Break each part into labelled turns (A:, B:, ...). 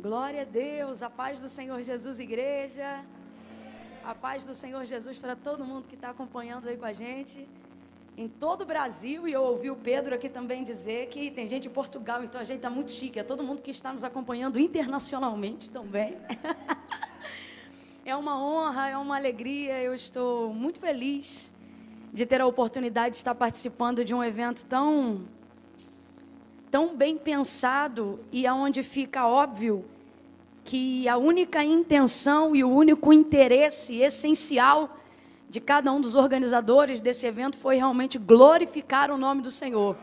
A: Glória a Deus, a paz do Senhor Jesus, igreja. A paz do Senhor Jesus para todo mundo que está acompanhando aí com a gente. Em todo o Brasil, e eu ouvi o Pedro aqui também dizer que tem gente em Portugal, então a gente está muito chique. É todo mundo que está nos acompanhando internacionalmente também. É uma honra, é uma alegria, eu estou muito feliz de ter a oportunidade de estar participando de um evento tão bem pensado e aonde fica óbvio que a única intenção e o único interesse essencial de cada um dos organizadores desse evento foi realmente glorificar o nome do Senhor.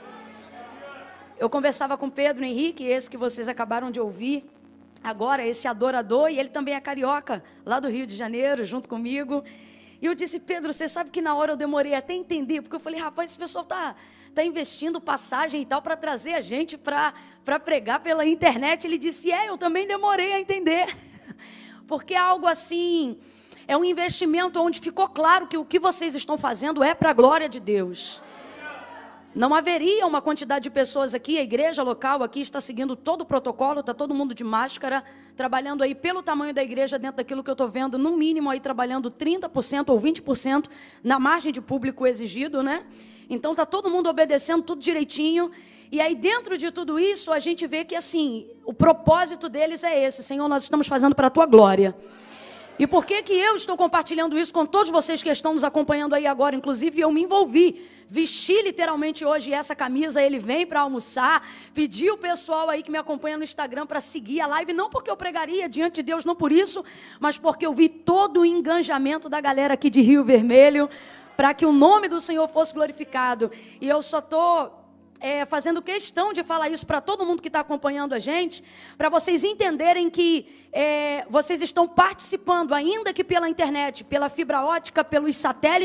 A: Eu conversava com Pedro Henrique, esse que vocês acabaram de ouvir, agora esse adorador, e ele também é carioca, lá do Rio de Janeiro, junto comigo. E eu disse, Pedro, você sabe que na hora eu demorei até a entender, porque eu falei, rapaz, esse pessoal está investindo passagem e tal para trazer a gente para pregar pela internet. Ele disse, eu também demorei a entender, porque é algo assim, é um investimento onde ficou claro que o que vocês estão fazendo é para a glória de Deus. Não haveria uma quantidade de pessoas aqui, a igreja local aqui está seguindo todo o protocolo, está todo mundo de máscara, trabalhando aí pelo tamanho da igreja, dentro daquilo que eu estou vendo, no mínimo aí trabalhando 30% ou 20% na margem de público exigido, né? Então está todo mundo obedecendo tudo direitinho, e aí dentro de tudo isso a gente vê que assim, o propósito deles é esse, Senhor, nós estamos fazendo para a Tua glória. E por que eu estou compartilhando isso com todos vocês que estão nos acompanhando aí agora? Inclusive eu me envolvi, vesti literalmente hoje essa camisa, ele vem para almoçar, pedi o pessoal aí que me acompanha no Instagram para seguir a live, não porque eu pregaria diante de Deus, não por isso, mas porque eu vi todo o engajamento da galera aqui de Rio Vermelho, para que o nome do Senhor fosse glorificado. E eu só estou fazendo questão de falar isso para todo mundo que está acompanhando a gente, para vocês entenderem que vocês estão participando, ainda que pela internet, pela fibra ótica, pelo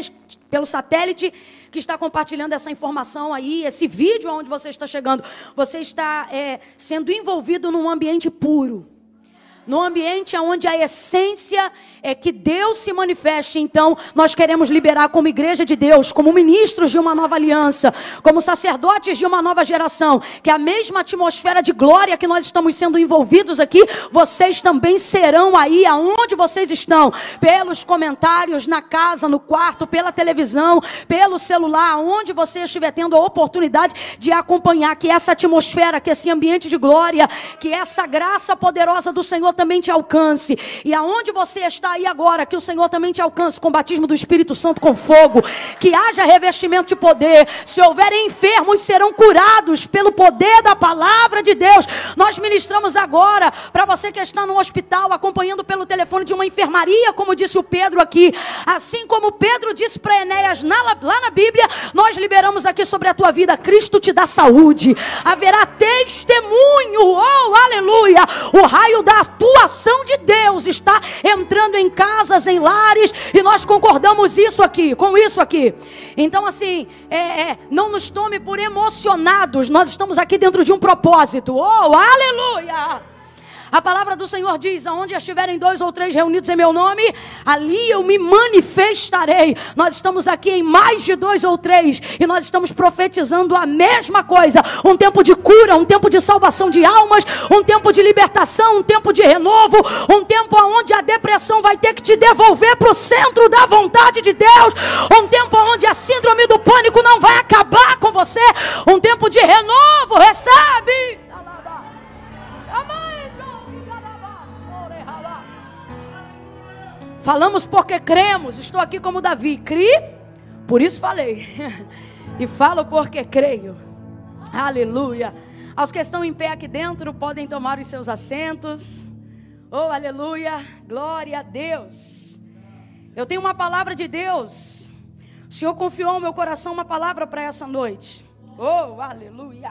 A: satélite que está compartilhando essa informação aí, esse vídeo onde você está chegando, você está sendo envolvido num ambiente puro, num ambiente onde a essência é que Deus se manifeste. Então, nós queremos liberar como igreja de Deus, como ministros de uma nova aliança, como sacerdotes de uma nova geração, que a mesma atmosfera de glória que nós estamos sendo envolvidos aqui, vocês também serão aí, aonde vocês estão, pelos comentários, na casa, no quarto, pela televisão, pelo celular, aonde você estiver tendo a oportunidade de acompanhar, que essa atmosfera, que esse ambiente de glória, que essa graça poderosa do Senhor também te alcance, e aonde você está aí agora, que o Senhor também te alcance com o batismo do Espírito Santo com fogo, que haja revestimento de poder. Se houverem enfermos, serão curados pelo poder da palavra de Deus. Nós ministramos agora para você que está no hospital, acompanhando pelo telefone de uma enfermaria, como disse o Pedro aqui, assim como Pedro disse para Enéas lá na Bíblia, nós liberamos aqui sobre a tua vida, Cristo te dá saúde, haverá testemunho, oh aleluia, o raio da atuação de Deus está entrando em casas, em lares, e nós concordamos com isso aqui. Então assim, não nos tome por emocionados, nós estamos aqui dentro de um propósito, oh aleluia. A palavra do Senhor diz, aonde estiverem 2 ou 3 reunidos em meu nome, ali eu me manifestarei. Nós estamos aqui em mais de 2 ou 3, e nós estamos profetizando a mesma coisa, um tempo de cura, um tempo de salvação de almas, um tempo de libertação, um tempo de renovo, um tempo onde a depressão vai ter que te devolver para o centro da vontade de Deus, um tempo onde a síndrome do pânico não vai acabar com você, um tempo de renovo, recebe! Falamos porque cremos. Estou aqui como Davi, criei, por isso falei. E falo porque creio. Aleluia. Aos que estão em pé aqui dentro, podem tomar os seus assentos. Oh, aleluia. Glória a Deus. Eu tenho uma palavra de Deus. O Senhor confiou ao meu coração uma palavra para essa noite. Oh, aleluia.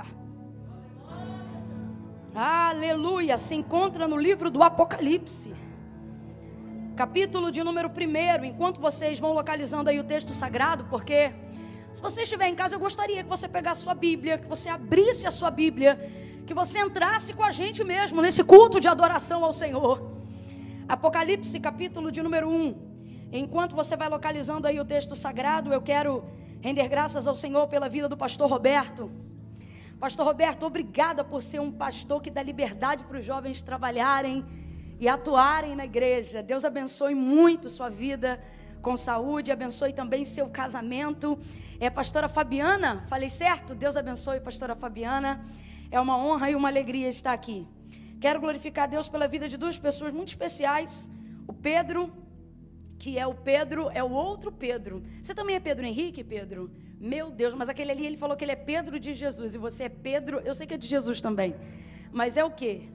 A: Aleluia. Se encontra no livro do Apocalipse, capítulo de número 1, enquanto vocês vão localizando aí o texto sagrado, porque se você estiver em casa, eu gostaria que você pegasse sua Bíblia, que você abrisse a sua Bíblia, que você entrasse com a gente mesmo nesse culto de adoração ao Senhor. Apocalipse, capítulo de número 1. Enquanto você vai localizando aí o texto sagrado, eu quero render graças ao Senhor pela vida do pastor Roberto, Pastor Roberto, obrigada por ser um pastor que dá liberdade para os jovens trabalharem e atuarem na igreja. Deus abençoe muito sua vida com saúde, abençoe também seu casamento. Pastora Fabiana, falei certo? Deus abençoe, pastora Fabiana. É uma honra e uma alegria estar aqui. Quero glorificar a Deus pela vida de duas pessoas muito especiais. O Pedro, que é o outro Pedro. Você também é Pedro Henrique, Pedro? Meu Deus, mas aquele ali, ele falou que ele é Pedro de Jesus. E você é Pedro, eu sei que é de Jesus também. Mas é o quê?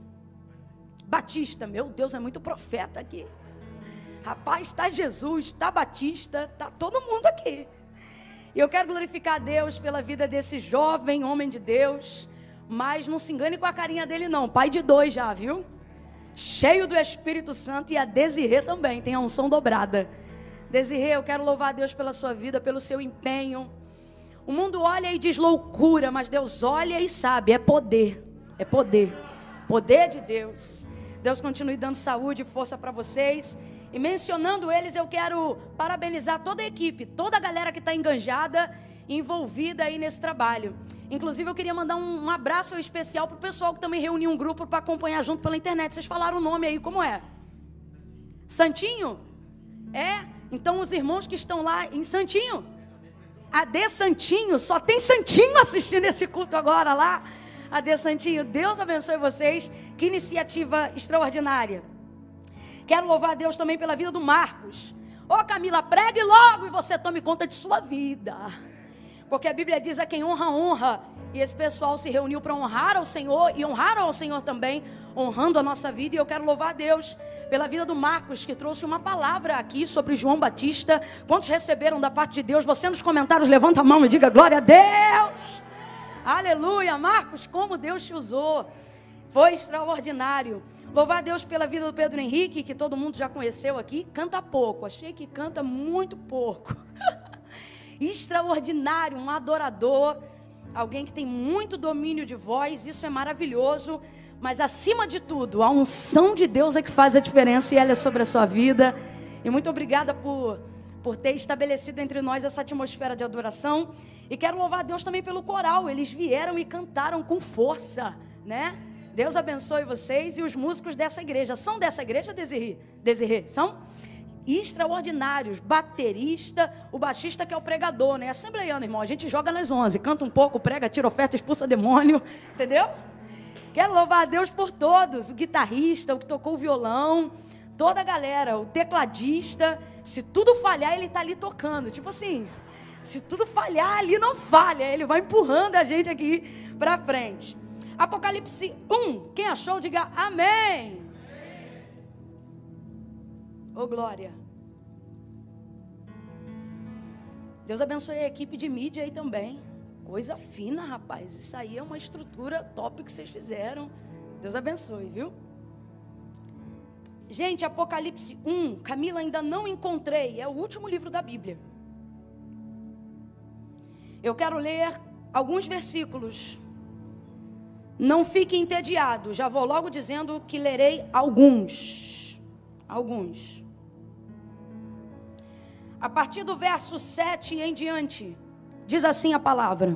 A: Batista. Meu Deus, é muito profeta aqui. Rapaz, está Jesus, está Batista, está todo mundo aqui. E eu quero glorificar a Deus pela vida desse jovem homem de Deus. Mas não se engane com a carinha dele não. Pai de 2 já, viu? Cheio do Espírito Santo. E a Desirê também, tem a unção dobrada. Desirê, eu quero louvar a Deus pela sua vida, pelo seu empenho. O mundo olha e diz loucura, mas Deus olha e sabe, é poder. É poder. Poder de Deus. Deus continue dando saúde e força para vocês. E mencionando eles, eu quero parabenizar toda a equipe, toda a galera que está enganjada, envolvida aí nesse trabalho. Inclusive, eu queria mandar um abraço especial para o pessoal que também reuniu um grupo para acompanhar junto pela internet. Vocês falaram o nome aí, como é? Santinho? Então os irmãos que estão lá em Santinho, AD Santinho, só tem Santinho assistindo esse culto agora lá. AD Santinho, Deus abençoe vocês, que iniciativa extraordinária. Quero louvar a Deus também pela vida do Marcos. Camila, pregue logo e você tome conta de sua vida. Porque a Bíblia diz a quem honra, honra. E esse pessoal se reuniu para honrar ao Senhor e honrar ao Senhor também, honrando a nossa vida. E eu quero louvar a Deus pela vida do Marcos, que trouxe uma palavra aqui sobre João Batista. Quantos receberam da parte de Deus? Você nos comentários, levanta a mão e diga glória a Deus. Aleluia, Marcos, como Deus te usou. Foi extraordinário. Louvar a Deus pela vida do Pedro Henrique, que todo mundo já conheceu aqui. Canta pouco, achei que canta muito pouco. Extraordinário, um adorador, alguém que tem muito domínio de voz, isso é maravilhoso, mas acima de tudo, a unção de Deus é que faz a diferença e ela é sobre a sua vida. E muito obrigada por ter estabelecido entre nós essa atmosfera de adoração. E quero louvar a Deus também pelo coral, eles vieram e cantaram com força, né? Deus abençoe vocês e os músicos dessa igreja. São dessa igreja, Desirê? São? Extraordinários, baterista, o baixista que é o pregador, né? Assembleiano, irmão, a gente joga nas 11, canta um pouco, prega, tira oferta, expulsa demônio, entendeu? Quero louvar a Deus por todos, o guitarrista, o que tocou o violão, toda a galera, o tecladista. Se tudo falhar, ele está ali tocando, tipo assim, se tudo falhar, ali não falha, ele vai empurrando a gente aqui para frente. Apocalipse 1, quem achou, diga amém. Ô glória. Deus abençoe a equipe de mídia aí também. Coisa fina, rapaz. Isso aí é uma estrutura top que vocês fizeram. Deus abençoe, viu? Gente, Apocalipse 1, Camila, ainda não encontrei. É o último livro da Bíblia. Eu quero ler alguns versículos. Não fique entediado. Já vou logo dizendo que lerei alguns. A partir do verso 7 em diante, diz assim a palavra: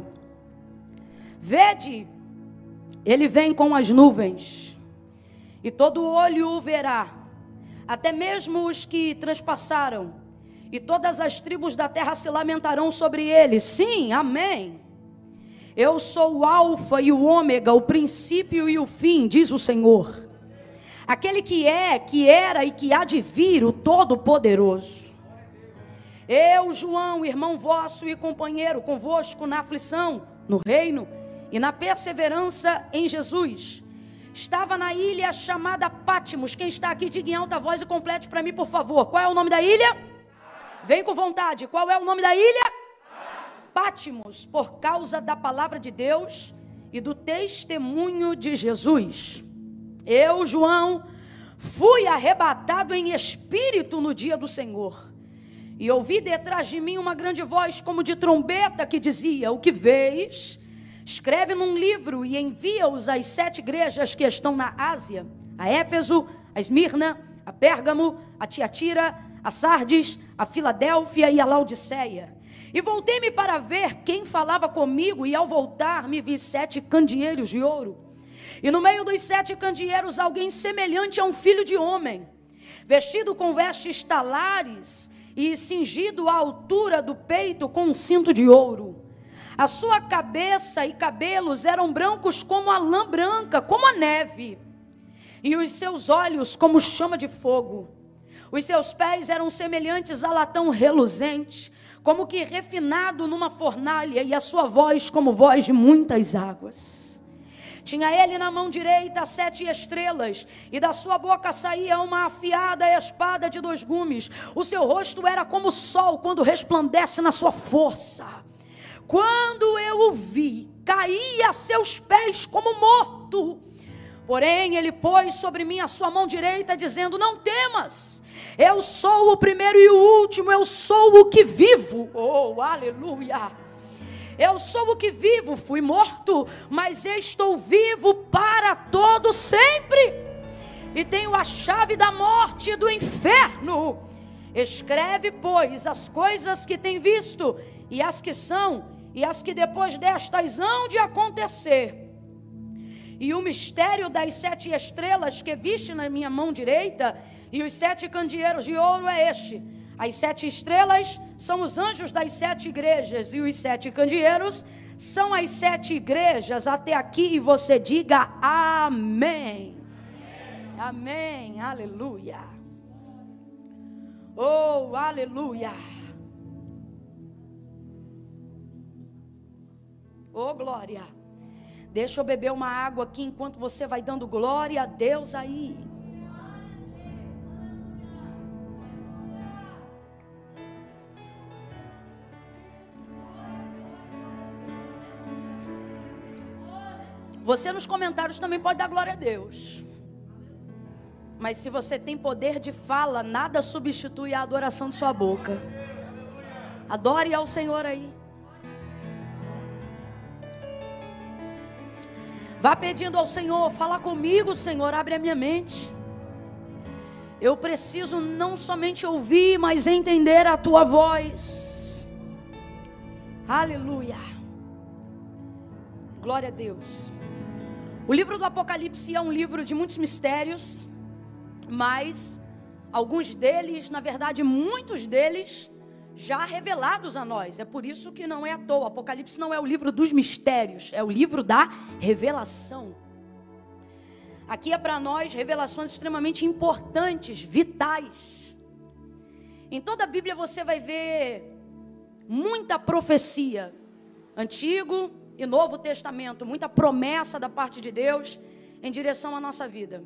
A: Vede, ele vem com as nuvens, e todo olho o verá, até mesmo os que transpassaram, e todas as tribos da terra se lamentarão sobre ele. Sim, amém. Eu sou o alfa e o ômega, o princípio e o fim, diz o Senhor. Aquele que é, que era e que há de vir, o Todo-Poderoso. Eu, João, irmão vosso e companheiro convosco na aflição, no reino e na perseverança em Jesus, estava na ilha chamada Pátimos. Quem está aqui, diga em alta voz e complete para mim, por favor. Qual é o nome da ilha? Vem com vontade. Qual é o nome da ilha? Pátimos, por causa da palavra de Deus e do testemunho de Jesus. Eu, João, fui arrebatado em espírito no dia do Senhor. E ouvi detrás de mim uma grande voz como de trombeta que dizia: o que vês, escreve num livro e envia-os às 7 igrejas que estão na Ásia: a Éfeso, a Esmirna, a Pérgamo, a Tiatira, a Sardes, a Filadélfia e a Laodiceia. E voltei-me para ver quem falava comigo, e ao voltar me vi 7 candeeiros de ouro. E no meio dos 7 candeeiros alguém semelhante a um filho de homem, vestido com vestes talares e cingido à altura do peito com um cinto de ouro. A sua cabeça e cabelos eram brancos como a lã branca, como a neve, e os seus olhos como chama de fogo. Os seus pés eram semelhantes a latão reluzente, como que refinado numa fornalha, e a sua voz como voz de muitas águas. Tinha ele na mão direita 7 estrelas, e da sua boca saía uma afiada espada de 2 gumes. O seu rosto era como o sol quando resplandece na sua força. Quando eu o vi, caí a seus pés como morto. Porém ele pôs sobre mim a sua mão direita, dizendo: não temas, eu sou o primeiro e o último, eu sou o que vivo. Oh, aleluia! Eu sou o que vivo, fui morto, mas estou vivo para todo sempre, e tenho a chave da morte e do inferno. Escreve, pois, as coisas que tem visto, e as que são, e as que depois destas hão de acontecer. E o mistério das 7 estrelas que viste na minha mão direita, e os 7 candeeiros de ouro é este: as 7 estrelas são os anjos das 7 igrejas, e os 7 candeeiros são as 7 igrejas. Até aqui você diga amém. Amém, aleluia. Oh, aleluia. Oh, glória. Deixa eu beber uma água aqui enquanto você vai dando glória a Deus aí. Você nos comentários também pode dar glória a Deus. Mas se você tem poder de fala, nada substitui a adoração de sua boca. Adore ao Senhor aí. Vá pedindo ao Senhor: fala comigo, Senhor, abre a minha mente. Eu preciso não somente ouvir, mas entender a tua voz. Aleluia. Glória a Deus. O livro do Apocalipse é um livro de muitos mistérios, mas alguns deles, na verdade muitos deles, já revelados a nós. É por isso que não é à toa. Apocalipse não é o livro dos mistérios, é o livro da revelação. Aqui é para nós revelações extremamente importantes, vitais. Em toda a Bíblia você vai ver muita profecia, Antigo e Novo Testamento, muita promessa da parte de Deus em direção à nossa vida.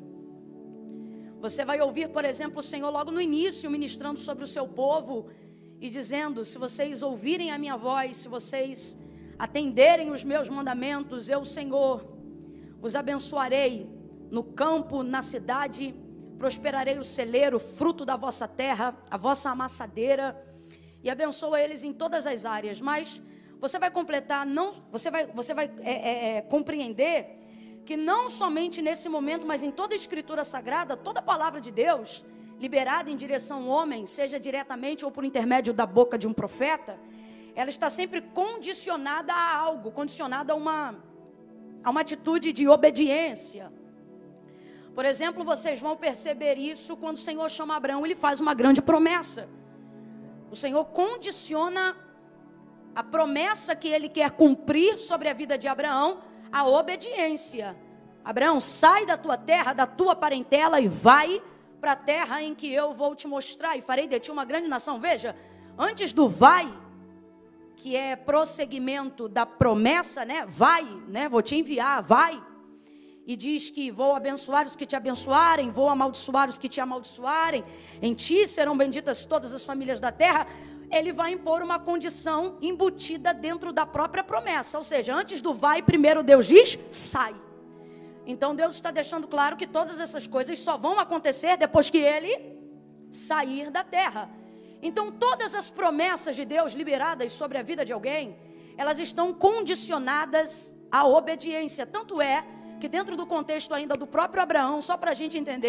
A: Você vai ouvir, por exemplo, o Senhor logo no início ministrando sobre o seu povo e dizendo: se vocês ouvirem a minha voz, se vocês atenderem os meus mandamentos, eu, Senhor, vos abençoarei no campo, na cidade, prosperarei o celeiro, o fruto da vossa terra, a vossa amassadeira, e abençoa eles em todas as áreas. Mas você vai completar, você vai compreender que não somente nesse momento, mas em toda a Escritura Sagrada, toda a palavra de Deus liberada em direção ao homem, seja diretamente ou por intermédio da boca de um profeta, ela está sempre condicionada a algo, condicionada a uma atitude de obediência. Por exemplo, vocês vão perceber isso quando o Senhor chama Abraão, ele faz uma grande promessa. O Senhor condiciona a promessa que ele quer cumprir sobre a vida de Abraão à obediência. Abraão, sai da tua terra, da tua parentela e vai para a terra em que eu vou te mostrar e farei de ti uma grande nação. Veja, antes do vai, que é prosseguimento da promessa, né? Vai, né? Vou te enviar, vai. E diz que vou abençoar os que te abençoarem, vou amaldiçoar os que te amaldiçoarem, em ti serão benditas todas as famílias da terra. Ele vai impor uma condição embutida dentro da própria promessa. Ou seja, antes do vai, primeiro Deus diz, sai. Então Deus está deixando claro que todas essas coisas só vão acontecer depois que ele sair da terra. Então todas as promessas de Deus liberadas sobre a vida de alguém, elas estão condicionadas à obediência. Tanto é que dentro do contexto ainda do próprio Abraão, só para a gente entender,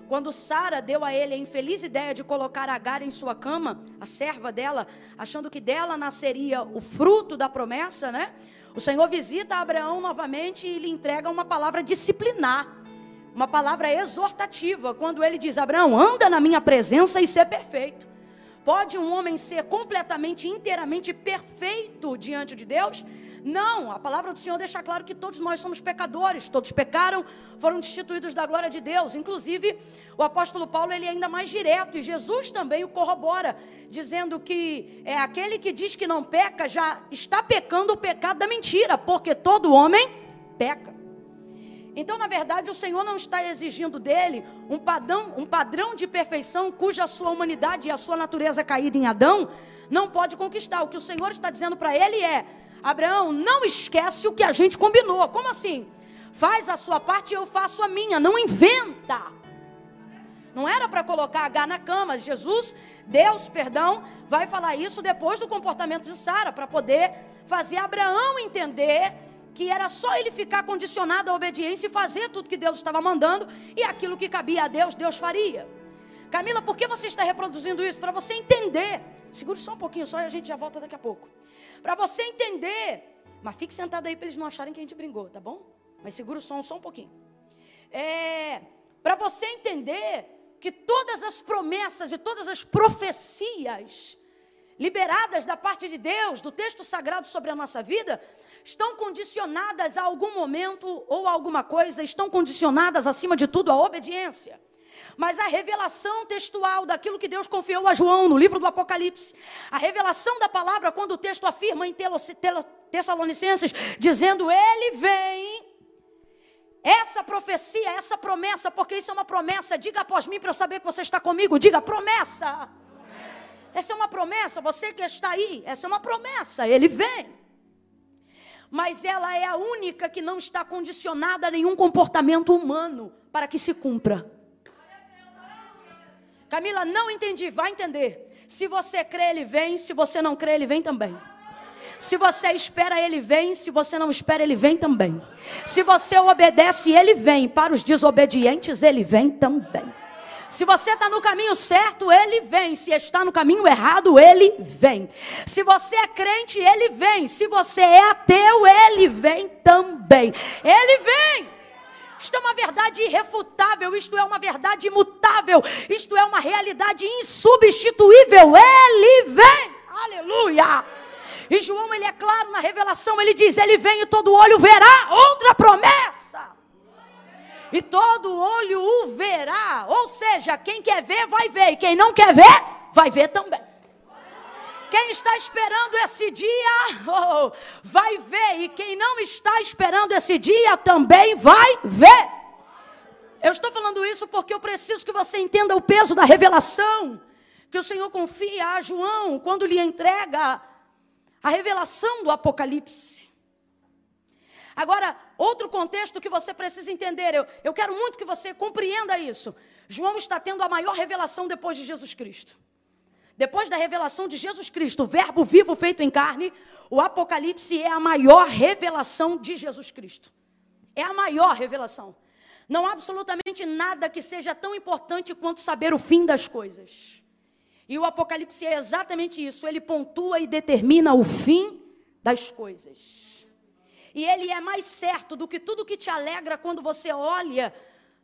A: quando Sara deu a ele a infeliz ideia de colocar Agar em sua cama, a serva dela, achando que dela nasceria o fruto da promessa, né? O Senhor visita Abraão novamente e lhe entrega uma palavra disciplinar, uma palavra exortativa, quando ele diz: Abraão, anda na minha presença e ser perfeito. Pode um homem ser completamente, inteiramente perfeito diante de Deus? Não, a palavra do Senhor deixa claro que todos nós somos pecadores, todos pecaram, foram destituídos da glória de Deus. Inclusive, o apóstolo Paulo, ele é ainda mais direto, e Jesus também o corrobora, dizendo que aquele que diz que não peca, já está pecando o pecado da mentira, porque todo homem peca. Então, na verdade, o Senhor não está exigindo dele um padrão de perfeição, cuja sua humanidade e a sua natureza caída em Adão não pode conquistar. O que o Senhor está dizendo para ele é: Abraão, não esquece o que a gente combinou. Como assim? Faz a sua parte e eu faço a minha. Não inventa. Não era para colocar Agar na cama. Deus, vai falar isso depois do comportamento de Sara, para poder fazer Abraão entender que era só ele ficar condicionado à obediência e fazer tudo que Deus estava mandando, e aquilo que cabia a Deus, Deus faria. Camila, por que você está reproduzindo isso? Para você entender. Segure só um pouquinho só e a gente já volta daqui a pouco. Para você entender, mas fique sentado aí para eles não acharem que a gente brincou, tá bom? Mas segura o som só um pouquinho. Para você entender que todas as promessas e todas as profecias liberadas da parte de Deus, do texto sagrado sobre a nossa vida, estão condicionadas a algum momento ou a alguma coisa, estão condicionadas acima de tudo à obediência. Mas a revelação textual daquilo que Deus confiou a João no livro do Apocalipse, a revelação da palavra, quando o texto afirma em Tessalonicenses, dizendo: ele vem, essa profecia, essa promessa, porque isso é uma promessa, diga após mim para eu saber que você está comigo, diga promessa. Essa é uma promessa, você que está aí, essa é uma promessa, ele vem. Mas ela é a única que não está condicionada a nenhum comportamento humano para que se cumpra. Camila, não entendi, vai entender. Se você crê, ele vem. Se você não crê, ele vem também. Se você espera, ele vem. Se você não espera, ele vem também. Se você obedece, ele vem. Para os desobedientes, ele vem também. Se você está no caminho certo, ele vem. Se está no caminho errado, ele vem. Se você é crente, ele vem. Se você é ateu, ele vem também. Ele vem. Isto é uma verdade irrefutável, isto é uma verdade imutável, isto é uma realidade insubstituível. Ele vem. Aleluia. E João, ele é claro na revelação, ele diz: ele vem e todo olho verá. Outra promessa. E todo olho o verá. Ou seja, quem quer ver, vai ver. E quem não quer ver, vai ver também. Quem está esperando esse dia, vai ver. E quem não está esperando esse dia, também vai ver. Eu estou falando isso porque eu preciso que você entenda o peso da revelação que o Senhor confia a João quando lhe entrega a revelação do Apocalipse. Agora, outro contexto que você precisa entender, eu quero muito que você compreenda isso. João está tendo a maior revelação depois de Jesus Cristo. Depois da revelação de Jesus Cristo, o verbo vivo feito em carne, o Apocalipse é a maior revelação de Jesus Cristo. É a maior revelação. Não há absolutamente nada que seja tão importante quanto saber o fim das coisas. E o Apocalipse é exatamente isso. Ele pontua e determina o fim das coisas. E ele é mais certo do que tudo que te alegra quando você olha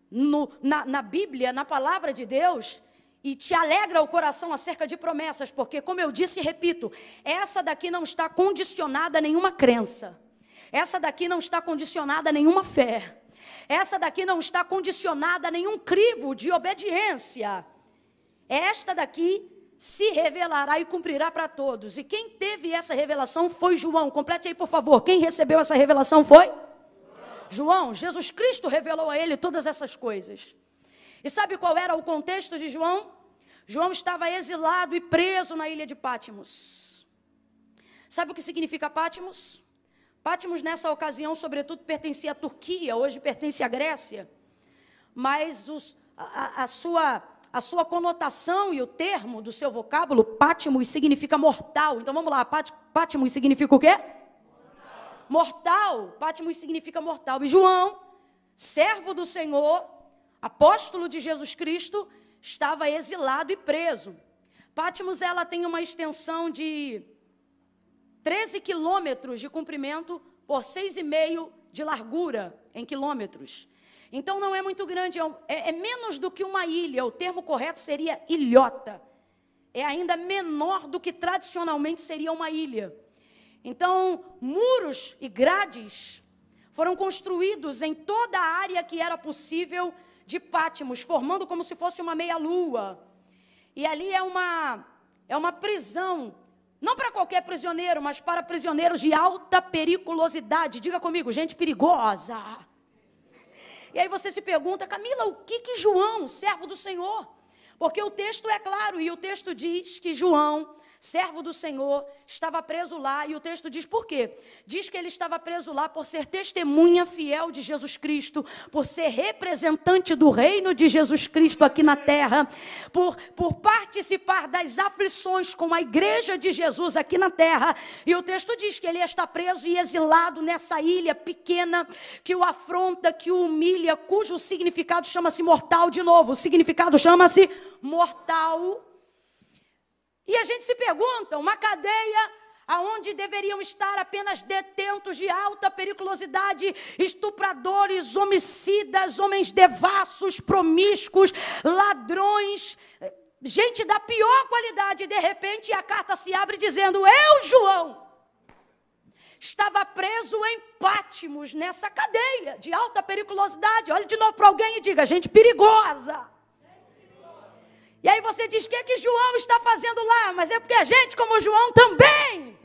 A: na Bíblia, na palavra de Deus, e te alegra o coração acerca de promessas, porque, como eu disse e repito, essa daqui não está condicionada a nenhuma crença. Essa daqui não está condicionada a nenhuma fé. Essa daqui não está condicionada a nenhum crivo de obediência. Esta daqui se revelará e cumprirá para todos. E quem teve essa revelação foi João. Complete aí, por favor. Quem recebeu essa revelação foi? João. Jesus Cristo revelou a ele todas essas coisas. E sabe qual era o contexto de João? João estava exilado e preso na ilha de Pátimos. Sabe o que significa Pátimos? Pátimos, nessa ocasião, sobretudo, pertencia à Turquia, hoje pertence à Grécia. Mas a sua conotação e o termo do seu vocábulo, Pátimos, significa mortal. Então vamos lá, Pátimos significa o quê? Mortal. Pátimos significa mortal. E João, servo do Senhor, apóstolo de Jesus Cristo, estava exilado e preso. Pátimos, ela tem uma extensão de 13 quilômetros de comprimento por 6,5 de largura em quilômetros. Então não é muito grande, é menos do que uma ilha, o termo correto seria ilhota. É ainda menor do que tradicionalmente seria uma ilha. Então, muros e grades foram construídos em toda a área que era possível de Pátimos, formando como se fosse uma meia-lua. E ali é uma prisão, não para qualquer prisioneiro, mas para prisioneiros de alta periculosidade. Diga comigo, gente perigosa. E aí você se pergunta, Camila, o que João, servo do Senhor? Porque o texto é claro, e o texto diz que João, servo do Senhor, estava preso lá, e o texto diz por quê? Diz que ele estava preso lá por ser testemunha fiel de Jesus Cristo, por ser representante do reino de Jesus Cristo aqui na terra, por participar das aflições com a igreja de Jesus aqui na terra, e o texto diz que ele está preso e exilado nessa ilha pequena, que o afronta, que o humilha, cujo significado chama-se mortal. De novo, o significado chama-se mortal. E a gente se pergunta, uma cadeia aonde deveriam estar apenas detentos de alta periculosidade, estupradores, homicidas, homens devassos, promíscuos, ladrões, gente da pior qualidade. E de repente a carta se abre dizendo, eu, João, estava preso em Pátimos, nessa cadeia de alta periculosidade. Olhe de novo para alguém e diga, gente perigosa. E aí você diz, o que João está fazendo lá? Mas é porque a gente como João também,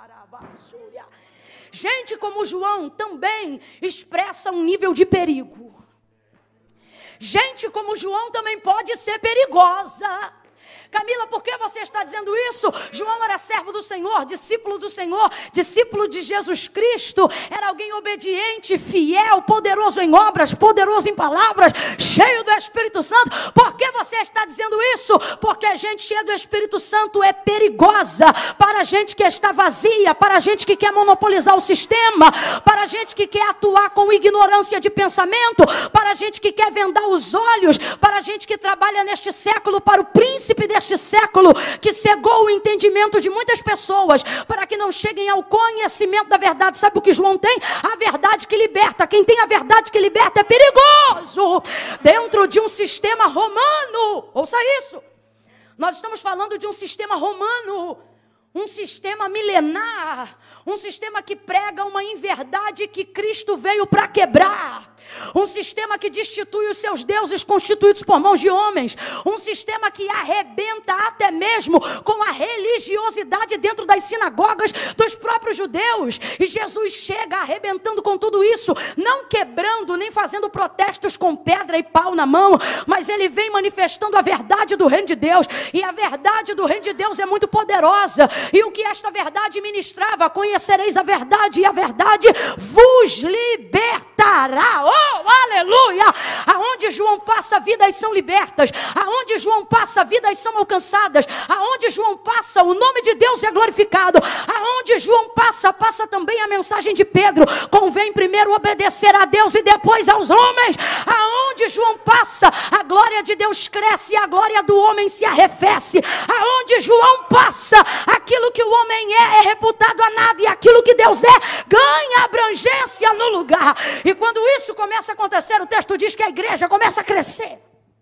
A: gente como João também expressa um nível de perigo. Gente como João também pode ser perigosa. Camila, por que você está dizendo isso? João era servo do Senhor, discípulo de Jesus Cristo, era alguém obediente, fiel, poderoso em obras, poderoso em palavras, cheio do Espírito Santo. Por que você está dizendo isso? Porque a gente cheia do Espírito Santo é perigosa para a gente que está vazia, para a gente que quer monopolizar o sistema, para a gente que quer atuar com ignorância de pensamento, para a gente que quer vendar os olhos, para a gente que trabalha neste século para o príncipe deste século, que cegou o entendimento de muitas pessoas, para que não cheguem ao conhecimento da verdade. Sabe o que João tem? A verdade que liberta. Quem tem a verdade que liberta é perigoso, dentro de um sistema romano. Ouça isso, nós estamos falando de um sistema romano, um sistema milenar, um sistema que prega uma inverdade que Cristo veio para quebrar, um sistema que destitui os seus deuses constituídos por mãos de homens, um sistema que arrebenta até mesmo com a religiosidade dentro das sinagogas dos próprios judeus. E Jesus chega arrebentando com tudo isso, não quebrando nem fazendo protestos com pedra e pau na mão, mas ele vem manifestando a verdade do reino de Deus. E a verdade do reino de Deus é muito poderosa, e o que esta verdade ministrava: conhecereis a verdade e a verdade vos libertará. Oh, aleluia! Aonde João passa, vidas são libertas. Aonde João passa, vidas são alcançadas. Aonde João passa, o nome de Deus é glorificado. Aonde João passa, passa também a mensagem de Pedro: convém primeiro obedecer a Deus e depois aos homens. Aonde João passa, a glória de Deus cresce e a glória do homem se arrefece. Aonde João passa, aquilo que o homem é reputado a nada, e aquilo que Deus é ganha abrangência no lugar. E quando isso começa a acontecer, o texto diz que a igreja começa a crescer.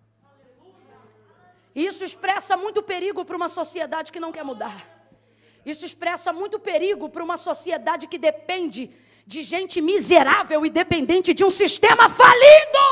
A: Isso expressa muito perigo para uma sociedade que não quer mudar. Isso expressa muito perigo para uma sociedade que depende de gente miserável e dependente de um sistema falido.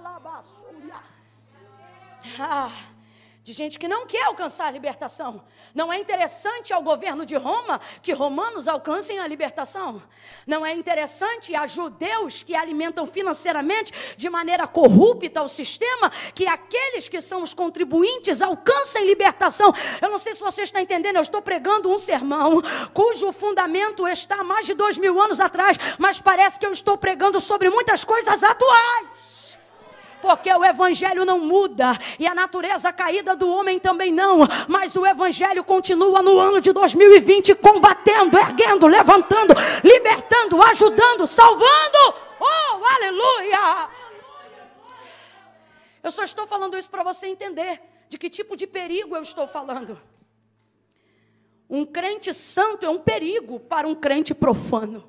A: De gente que não quer alcançar a libertação. Não é interessante ao governo de Roma que romanos alcancem a libertação. Não é interessante a judeus que alimentam financeiramente de maneira corrupta o sistema, que aqueles que são os contribuintes alcancem libertação. Eu não sei se você está entendendo, eu estou pregando um sermão cujo fundamento está há mais de 2000 anos atrás, mas parece que eu estou pregando sobre muitas coisas atuais. Porque o evangelho não muda, e a natureza caída do homem também não, mas o evangelho continua no ano de 2020, combatendo, erguendo, levantando, libertando, ajudando, salvando. Oh, aleluia! Eu só estou falando isso para você entender de que tipo de perigo eu estou falando. Um crente santo é um perigo para um crente profano.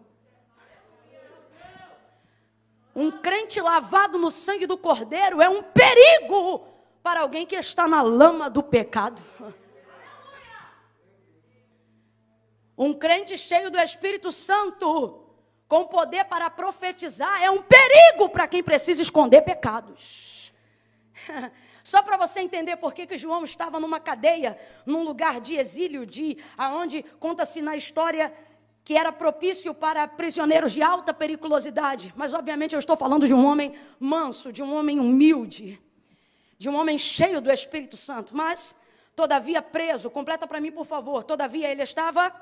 A: Um crente lavado no sangue do Cordeiro é um perigo para alguém que está na lama do pecado. Um crente cheio do Espírito Santo, com poder para profetizar, é um perigo para quem precisa esconder pecados. Só para você entender por que João estava numa cadeia, num lugar de exílio, aonde conta-se na história que era propício para prisioneiros de alta periculosidade. Mas, obviamente, eu estou falando de um homem manso, de um homem humilde, de um homem cheio do Espírito Santo. Mas, todavia, preso. Completa para mim, por favor. Todavia, ele estava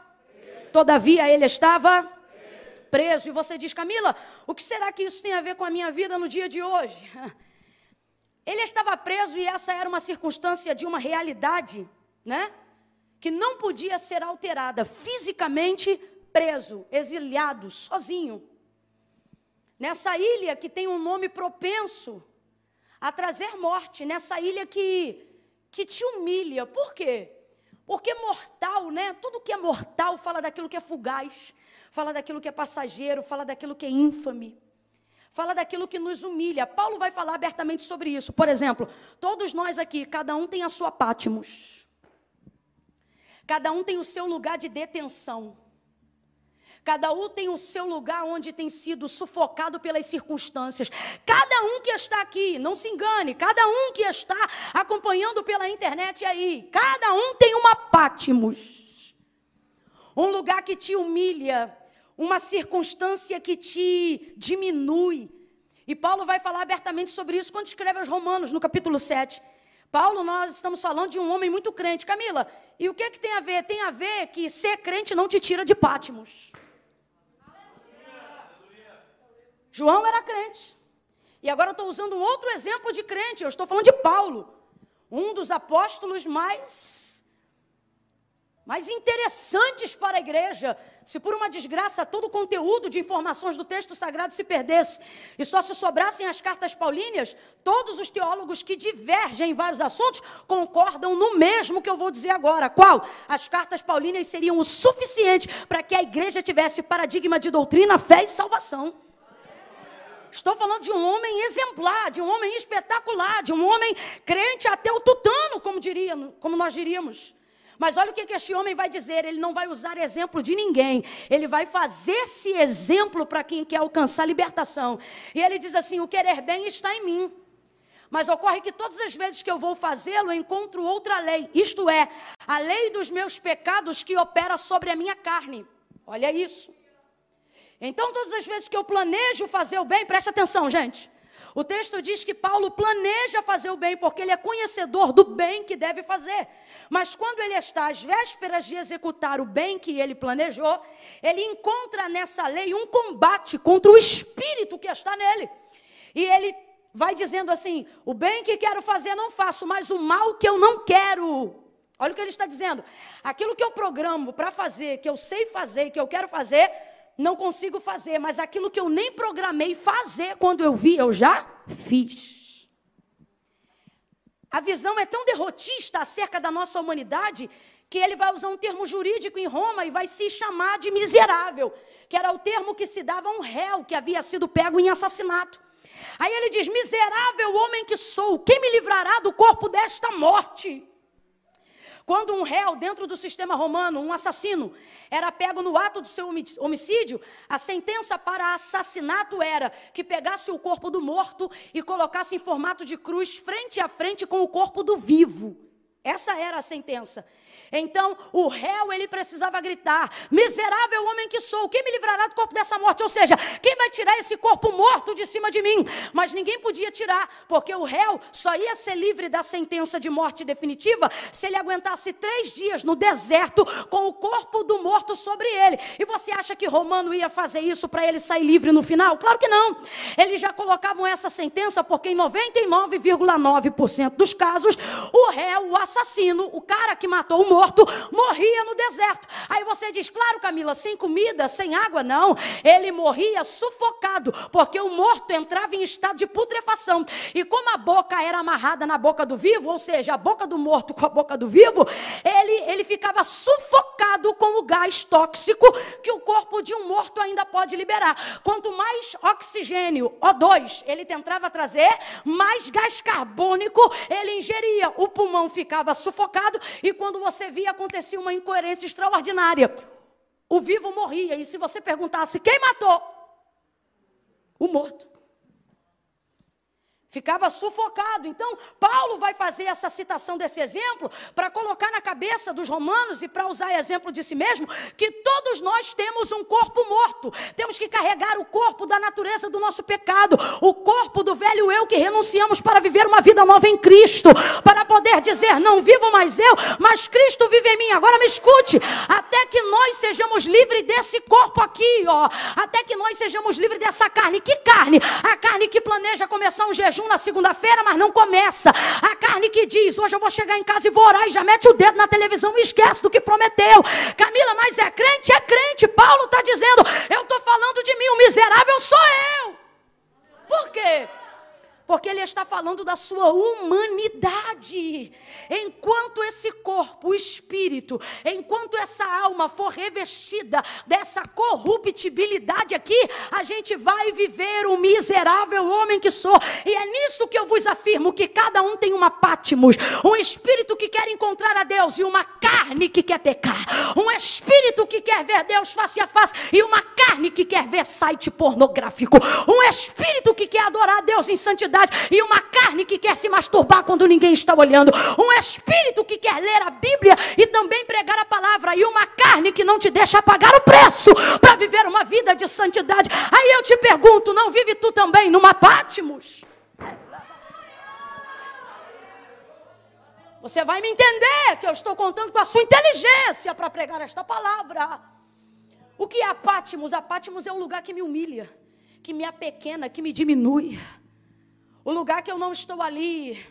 A: preso. E você diz, Camila, o que será que isso tem a ver com a minha vida no dia de hoje? Ele estava preso e essa era uma circunstância de uma realidade, né? Que não podia ser alterada, fisicamente preso, exiliado, sozinho. Nessa ilha que tem um nome propenso a trazer morte, nessa ilha que te humilha. Por quê? Porque mortal, né? Tudo que é mortal fala daquilo que é fugaz, fala daquilo que é passageiro, fala daquilo que é ínfame, fala daquilo que nos humilha. Paulo vai falar abertamente sobre isso. Por exemplo, todos nós aqui, cada um tem a sua Patmos. Cada um tem o seu lugar de detenção. Cada um tem o seu lugar onde tem sido sufocado pelas circunstâncias. Cada um que está aqui, não se engane, cada um que está acompanhando pela internet aí, cada um tem uma Patmos. Um lugar que te humilha, uma circunstância que te diminui. E Paulo vai falar abertamente sobre isso quando escreve aos Romanos, no capítulo 7. Paulo, nós estamos falando de um homem muito crente. Camila, e o que tem a ver? Tem a ver que ser crente não te tira de Patmos. João era crente. E agora eu estou usando um outro exemplo de crente. Eu estou falando de Paulo, um dos apóstolos mais interessantes para a igreja. Se por uma desgraça todo o conteúdo de informações do texto sagrado se perdesse e só se sobrassem as cartas paulíneas, todos os teólogos que divergem em vários assuntos concordam no mesmo que eu vou dizer agora. Qual? As cartas paulíneas seriam o suficiente para que a igreja tivesse paradigma de doutrina, fé e salvação. Estou falando de um homem exemplar, de um homem espetacular, de um homem crente até o tutano, como nós diríamos. Mas olha o que este homem vai dizer, ele não vai usar exemplo de ninguém, ele vai fazer-se exemplo para quem quer alcançar libertação. E ele diz assim, o querer bem está em mim, mas ocorre que todas as vezes que eu vou fazê-lo, eu encontro outra lei, isto é, a lei dos meus pecados que opera sobre a minha carne. Olha isso. Então, todas as vezes que eu planejo fazer o bem, presta atenção, gente. O texto diz que Paulo planeja fazer o bem, porque ele é conhecedor do bem que deve fazer. Mas quando ele está às vésperas de executar o bem que ele planejou, ele encontra nessa lei um combate contra o espírito que está nele. E ele vai dizendo assim, o bem que quero fazer não faço, mas o mal que eu não quero. Olha o que ele está dizendo. Aquilo que eu programo para fazer, que eu sei fazer, que eu quero fazer, não consigo fazer, mas aquilo que eu nem programei fazer, quando eu vi, eu já fiz. A visão é tão derrotista acerca da nossa humanidade, que ele vai usar um termo jurídico em Roma e vai se chamar de miserável, que era o termo que se dava a um réu que havia sido pego em assassinato. Aí ele diz, miserável homem que sou, quem me livrará do corpo desta morte? Quando um réu, dentro do sistema romano, um assassino, era pego no ato do seu homicídio, a sentença para assassinato era que pegasse o corpo do morto e colocasse em formato de cruz frente a frente com o corpo do vivo. Essa era a sentença. Então, o réu, ele precisava gritar, miserável homem que sou, quem me livrará do corpo dessa morte? Ou seja, quem vai tirar esse corpo morto de cima de mim? Mas ninguém podia tirar, porque o réu só ia ser livre da sentença de morte definitiva se ele aguentasse 3 dias no deserto com o corpo do morto sobre ele. E você acha que Romano ia fazer isso para ele sair livre no final? Claro que não. Eles já colocavam essa sentença porque em 99,9% dos casos, o réu, o assassino, o cara que matou o morto morria no deserto. Aí você diz, claro, Camila, sem comida, sem água, não. Ele morria sufocado, porque o morto entrava em estado de putrefação. E como a boca era amarrada na boca do vivo, ou seja, a boca do morto com a boca do vivo, ele ficava sufocado com o gás tóxico que o corpo de um morto ainda pode liberar. Quanto mais oxigênio, O2, ele tentava trazer, mais gás carbônico ele ingeria. O pulmão ficava sufocado e quando você via, acontecia uma incoerência extraordinária. O vivo morria. E se você perguntasse quem matou? O morto. Ficava sufocado. Então, Paulo vai fazer essa citação desse exemplo para colocar na cabeça dos romanos e para usar exemplo de si mesmo, que todos nós temos um corpo morto. Temos que carregar o corpo da natureza do nosso pecado, o corpo do velho eu que renunciamos para viver uma vida nova em Cristo, para poder dizer, não vivo mais eu, mas Cristo vive em mim. Agora me escute, até que nós sejamos livres desse corpo aqui, ó, até que nós sejamos livres dessa carne. Que carne? A carne que planeja começar um jejum na segunda-feira, mas não começa. A carne que diz, hoje eu vou chegar em casa e vou orar, e já mete o dedo na televisão e esquece do que prometeu. Camila, mas é crente? É crente. Paulo está dizendo, eu estou falando de mim, o miserável sou eu. Por quê? Porque ele está falando da sua humanidade. Enquanto esse corpo, o espírito, enquanto essa alma for revestida dessa corruptibilidade aqui, a gente vai viver o miserável homem que sou. E é nisso que eu vos afirmo, que cada um tem uma Patmos, um espírito que quer encontrar a Deus e uma carne que quer pecar. Um espírito que quer ver Deus face a face e uma carne que quer ver site pornográfico. Um espírito que quer adorar a Deus em santidade e uma carne que quer se masturbar quando ninguém está olhando. Um espírito que quer ler a Bíblia e também pregar a palavra, e uma carne que não te deixa pagar o preço para viver uma vida de santidade. Aí eu te pergunto, não vive tu também numa Patmos? Você vai me entender que eu estou contando com a sua inteligência para pregar esta palavra. O que é a Patmos? A Patmos é um lugar que me humilha, que me apequena, que me diminui. O lugar que eu não estou ali,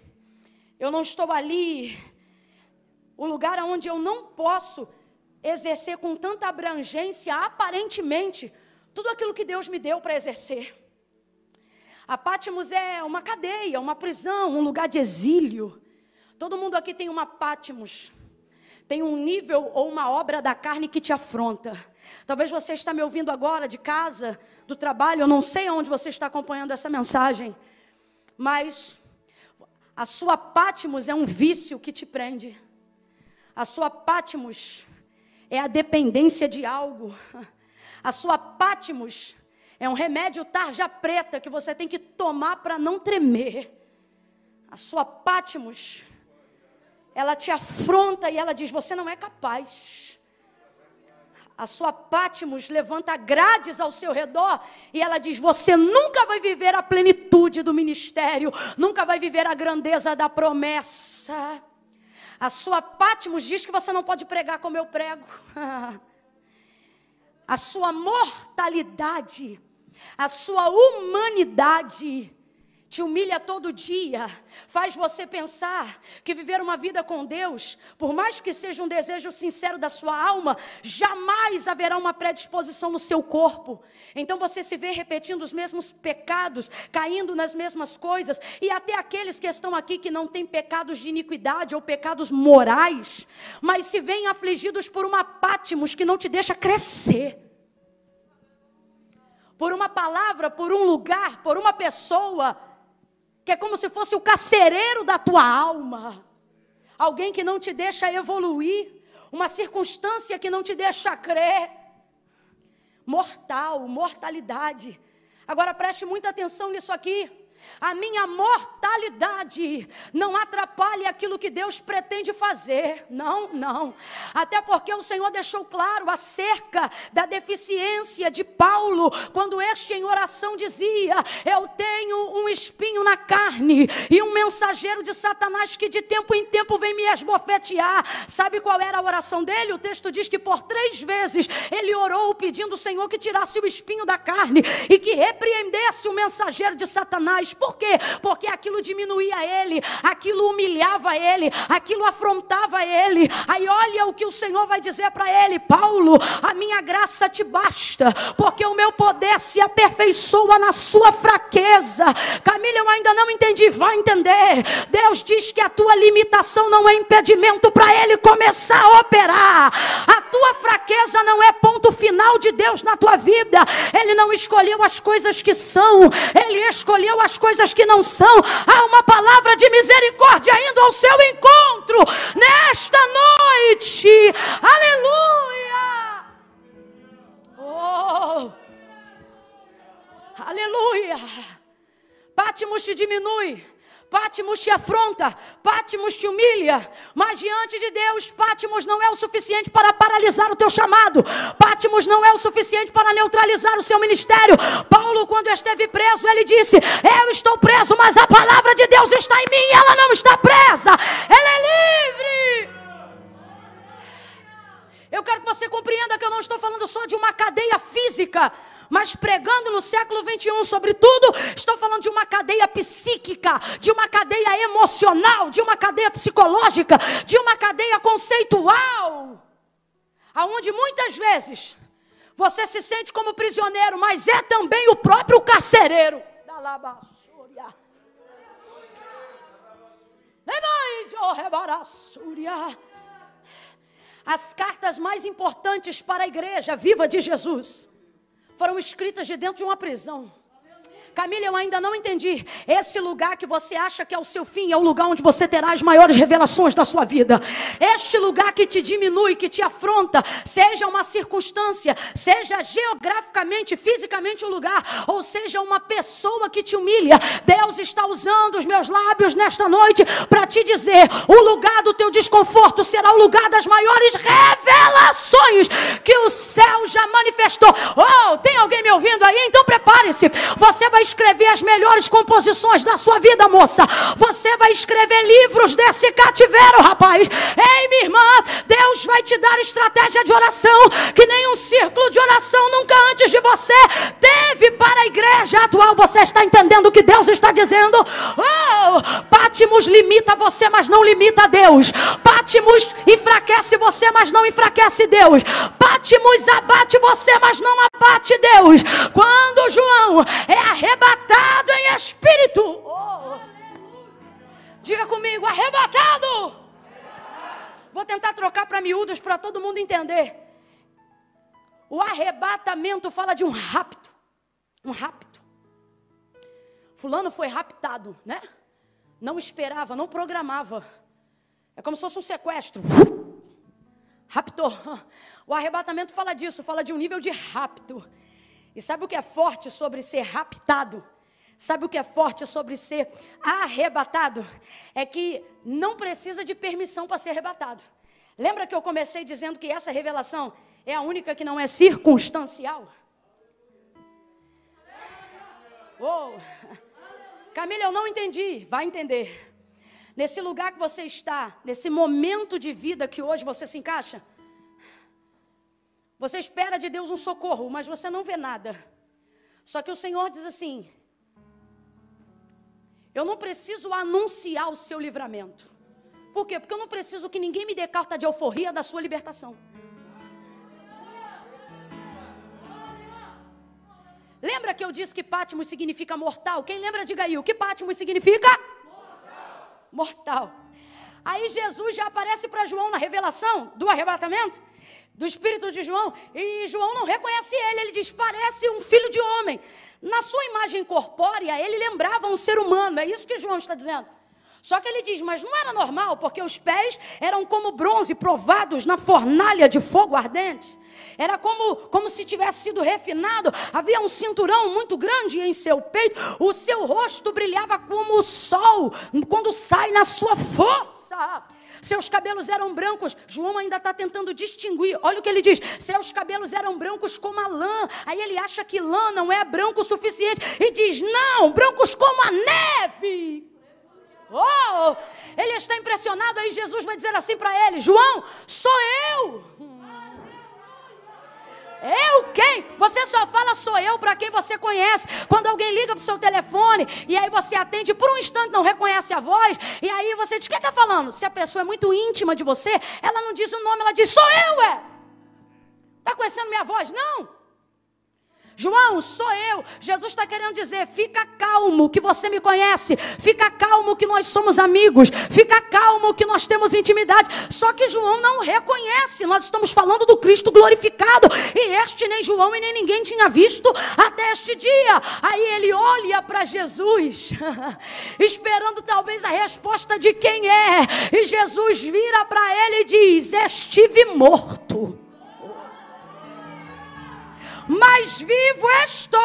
A: o lugar onde eu não posso exercer com tanta abrangência, aparentemente, tudo aquilo que Deus me deu para exercer. A Patmos é uma cadeia, uma prisão, um lugar de exílio. Todo mundo aqui tem uma Patmos, tem um nível ou uma obra da carne que te afronta. Talvez você está me ouvindo agora de casa, do trabalho, eu não sei onde você está acompanhando essa mensagem, mas a sua Patmos é um vício que te prende. A sua Patmos é a dependência de algo. A sua Patmos é um remédio tarja preta que você tem que tomar para não tremer. A sua Patmos, ela te afronta e ela diz, você não é capaz. A sua Patmos levanta grades ao seu redor e ela diz, você nunca vai viver a plenitude do ministério, nunca vai viver a grandeza da promessa. A sua Patmos diz que você não pode pregar como eu prego. A sua mortalidade, a sua humanidade te humilha todo dia, faz você pensar que viver uma vida com Deus, por mais que seja um desejo sincero da sua alma, jamais haverá uma predisposição no seu corpo. Então você se vê repetindo os mesmos pecados, caindo nas mesmas coisas, e até aqueles que estão aqui que não têm pecados de iniquidade ou pecados morais, mas se veem afligidos por uma Patmos que não te deixa crescer. Por uma palavra, por um lugar, por uma pessoa, que é como se fosse o carcereiro da tua alma. Alguém que não te deixa evoluir. Uma circunstância que não te deixa crer. Mortalidade. Agora preste muita atenção nisso aqui. A minha mortalidade não atrapalha aquilo que Deus pretende fazer. Não. Até porque o Senhor deixou claro acerca da deficiência de Paulo, quando este em oração dizia, eu tenho um espinho na carne e um mensageiro de Satanás que de tempo em tempo vem me esbofetear. Sabe qual era a oração dele? O texto diz que por 3 vezes ele orou pedindo ao Senhor que tirasse o espinho da carne e que repreendesse o mensageiro de Satanás. Por quê? Porque aquilo diminuía ele, aquilo humilhava ele, aquilo afrontava ele. Aí olha o que o Senhor vai dizer para ele: Paulo, a minha graça te basta, porque o meu poder se aperfeiçoa na sua fraqueza. Camila, eu ainda não entendi, vai entender. Deus diz que a tua limitação não é impedimento para Ele começar a operar. A tua fraqueza não é ponto final de Deus na tua vida. Ele não escolheu as coisas que são, Ele escolheu as coisas que não são. Há uma palavra de misericórdia indo ao seu encontro nesta noite. Aleluia! Oh! Aleluia! Patmos te diminui, Patmos te afronta, Patmos te humilha, mas diante de Deus, Patmos não é o suficiente para paralisar o teu chamado, Patmos não é o suficiente para neutralizar o seu ministério. Paulo, quando esteve preso, ele disse: eu estou preso, mas a palavra de Deus está em mim e ela não está presa, ela é livre. Eu quero que você compreenda que eu não estou falando só de uma cadeia física, mas pregando no século 21, sobretudo, estou falando de uma cadeia psíquica, de uma cadeia emocional, de uma cadeia psicológica, de uma cadeia conceitual, aonde muitas vezes você se sente como prisioneiro, mas é também o próprio carcereiro. As cartas mais importantes para a igreja viva de Jesus foram escritas de dentro de uma prisão. Camila, eu ainda não entendi. Esse lugar que você acha que é o seu fim é o lugar onde você terá as maiores revelações da sua vida. Este lugar que te diminui, que te afronta, seja uma circunstância, seja geograficamente, fisicamente um lugar, ou seja uma pessoa que te humilha, Deus está usando os meus lábios nesta noite para te dizer: o lugar do teu desconforto será o lugar das maiores revelações que o céu já manifestou. Oh, tem alguém me ouvindo aí? Então prepare-se. Você vai escrever as melhores composições da sua vida, moça. Você vai escrever livros desse cativeiro, rapaz. Ei, minha irmã, Deus vai te dar estratégia de oração que nenhum círculo de oração nunca antes de você teve para a igreja atual. Você está entendendo o que Deus está dizendo? Oh, Patmos limita você, mas não limita Deus. Patmos enfraquece você, mas não enfraquece Deus. Patmos abate você, mas não abate Deus. Quando João é arrebatado em espírito, diga comigo: arrebatado. Vou tentar trocar para miúdos para todo mundo entender. O arrebatamento fala de um rapto. Um rapto. Fulano foi raptado, né? Não esperava, não programava. É como se fosse um sequestro. Raptou. O arrebatamento fala disso, fala de um nível de rapto. E sabe o que é forte sobre ser raptado? Sabe o que é forte sobre ser arrebatado? É que não precisa de permissão para ser arrebatado. Lembra que eu comecei dizendo que essa revelação é a única que não é circunstancial? Oh. Camila, eu não entendi. Vai entender. Nesse lugar que você está, nesse momento de vida que hoje você se encaixa, você espera de Deus um socorro, mas você não vê nada. Só que o Senhor diz assim: eu não preciso anunciar o seu livramento. Por quê? Porque eu não preciso que ninguém me dê carta de alforria da sua libertação. Lembra que eu disse que Patmos significa mortal? Quem lembra, diga aí, o que Patmos significa? Mortal. Mortal. Aí Jesus já aparece para João na revelação do arrebatamento do espírito de João, e João não reconhece ele. Ele diz: parece um filho de homem. Na sua imagem corpórea, ele lembrava um ser humano. É isso que João está dizendo. Só que ele diz: mas não era normal, porque os pés eram como bronze provados na fornalha de fogo ardente. Era como se tivesse sido refinado. Havia um cinturão muito grande em seu peito. O seu rosto brilhava como o sol quando sai na sua força. Seus cabelos eram brancos. João ainda está tentando distinguir. Olha o que ele diz: seus cabelos eram brancos como a lã. Aí ele acha que lã não é branco o suficiente e diz: não, brancos como a neve. Oh, ele está impressionado. Aí Jesus vai dizer assim para ele: João, sou eu. Eu quem? Você só fala sou eu para quem você conhece. Quando alguém liga para o seu telefone e aí você atende, por um instante não reconhece a voz, e aí você diz, quem está falando? Se a pessoa é muito íntima de você, ela não diz o nome, ela diz, sou eu, Está conhecendo minha voz? Não. João, sou eu. Jesus está querendo dizer, fica calmo que você me conhece, fica calmo que nós somos amigos, fica calmo que nós temos intimidade. Só que João não reconhece, nós estamos falando do Cristo glorificado, e este nem João e nem ninguém tinha visto até este dia. Aí ele olha para Jesus, esperando talvez a resposta de quem é, e Jesus vira para ele e diz, estive morto, mas vivo estou.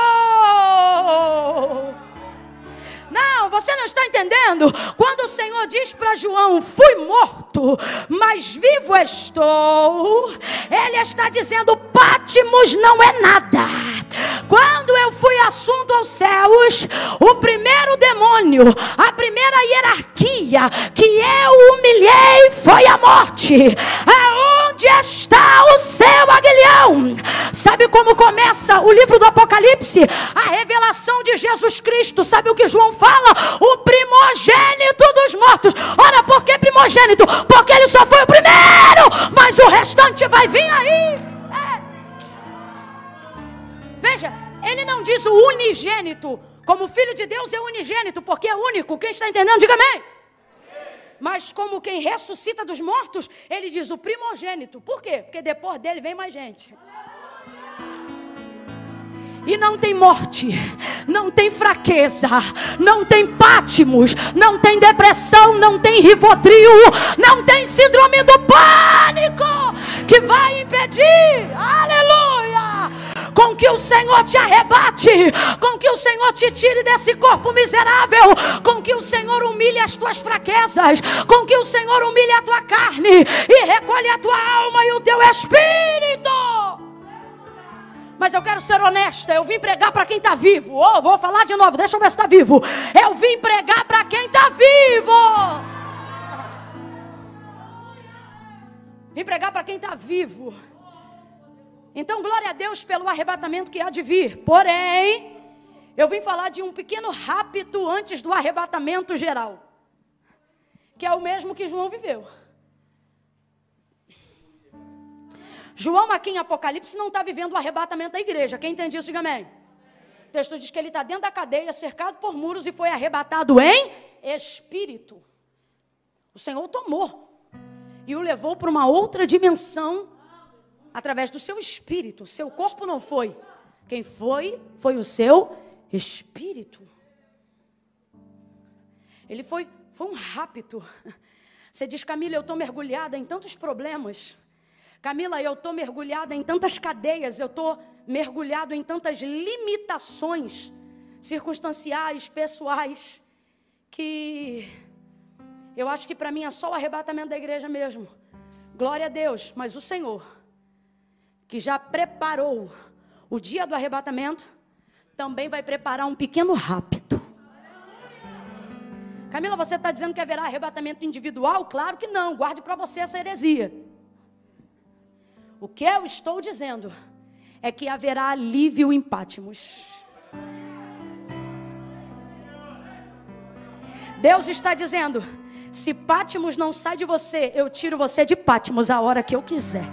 A: Não, você não está entendendo? Quando o Senhor diz para João, fui morto, mas vivo estou, Ele está dizendo, Pátimos não é nada. Quando eu fui assunto aos céus, o primeiro demônio, a primeira hierarquia que eu humilhei foi a morte. Aonde está o seu aguilhão? Sabe como começa o livro do Apocalipse? A revelação de Jesus Cristo. Sabe o que João fala? O primogênito dos mortos. Ora, por que primogênito? Porque ele só foi o primeiro, mas o restante vai vir aí. Veja, ele não diz o unigênito, como filho de Deus é unigênito, porque é único. Quem está entendendo, diga amém. Mas como quem ressuscita dos mortos, ele diz o primogênito. Por quê? Porque depois dele vem mais gente. E não tem morte, não tem fraqueza, não tem Pátimos, não tem depressão, não tem Rivotril, não tem síndrome do pânico que vai impedir, aleluia, com que o Senhor te arrebate, com que o Senhor te tire desse corpo miserável, com que o Senhor humilhe as tuas fraquezas, com que o Senhor humilhe a tua carne e recolhe a tua alma e o teu espírito. Mas eu quero ser honesta, eu vim pregar para quem está vivo. Vou falar de novo, deixa eu ver se está vivo. Eu vim pregar para quem está vivo. Vim pregar para quem está vivo. Então, glória a Deus pelo arrebatamento que há de vir. Porém, eu vim falar de um pequeno rapto antes do arrebatamento geral, que é o mesmo que João viveu. João aqui em Apocalipse não está vivendo o arrebatamento da igreja. Quem entende isso, diga amém. O texto diz que ele está dentro da cadeia, cercado por muros, e foi arrebatado em espírito. O Senhor tomou e o levou para uma outra dimensão através do seu espírito. O seu corpo não foi. Quem foi o seu espírito. Ele foi um rapto. Você diz, Camila, eu estou mergulhada em tantos problemas. Camila, eu estou mergulhada em tantas cadeias, eu estou mergulhado em tantas limitações circunstanciais, pessoais, que eu acho que para mim é só o arrebatamento da igreja mesmo. Glória a Deus, mas o Senhor, que já preparou o dia do arrebatamento, também vai preparar um pequeno rapto. Camila, você está dizendo que haverá arrebatamento individual? Claro que não, guarde para você essa heresia. O que eu estou dizendo é que haverá alívio em Pátimos. Deus está dizendo, se Pátimos não sai de você, eu tiro você de Pátimos a hora que eu quiser.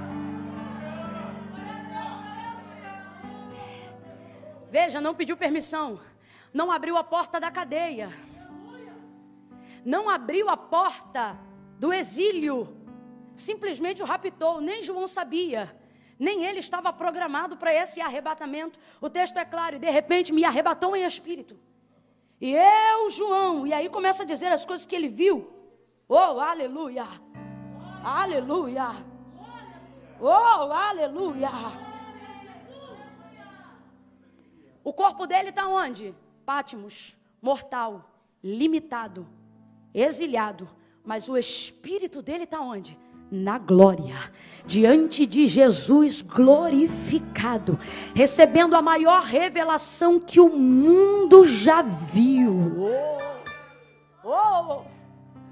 A: Veja, não pediu permissão, não abriu a porta da cadeia, não abriu a porta do exílio. Simplesmente o raptou, nem João sabia, nem ele estava programado para esse arrebatamento. O texto é claro, e de repente me arrebatou em espírito. E eu, João, e aí começa a dizer as coisas que ele viu. Oh, aleluia, aleluia, oh, aleluia. O corpo dele está onde? Pátimos, mortal, limitado, exilhado. Mas o espírito dele está onde? Na glória, diante de Jesus glorificado, recebendo a maior revelação que o mundo já viu.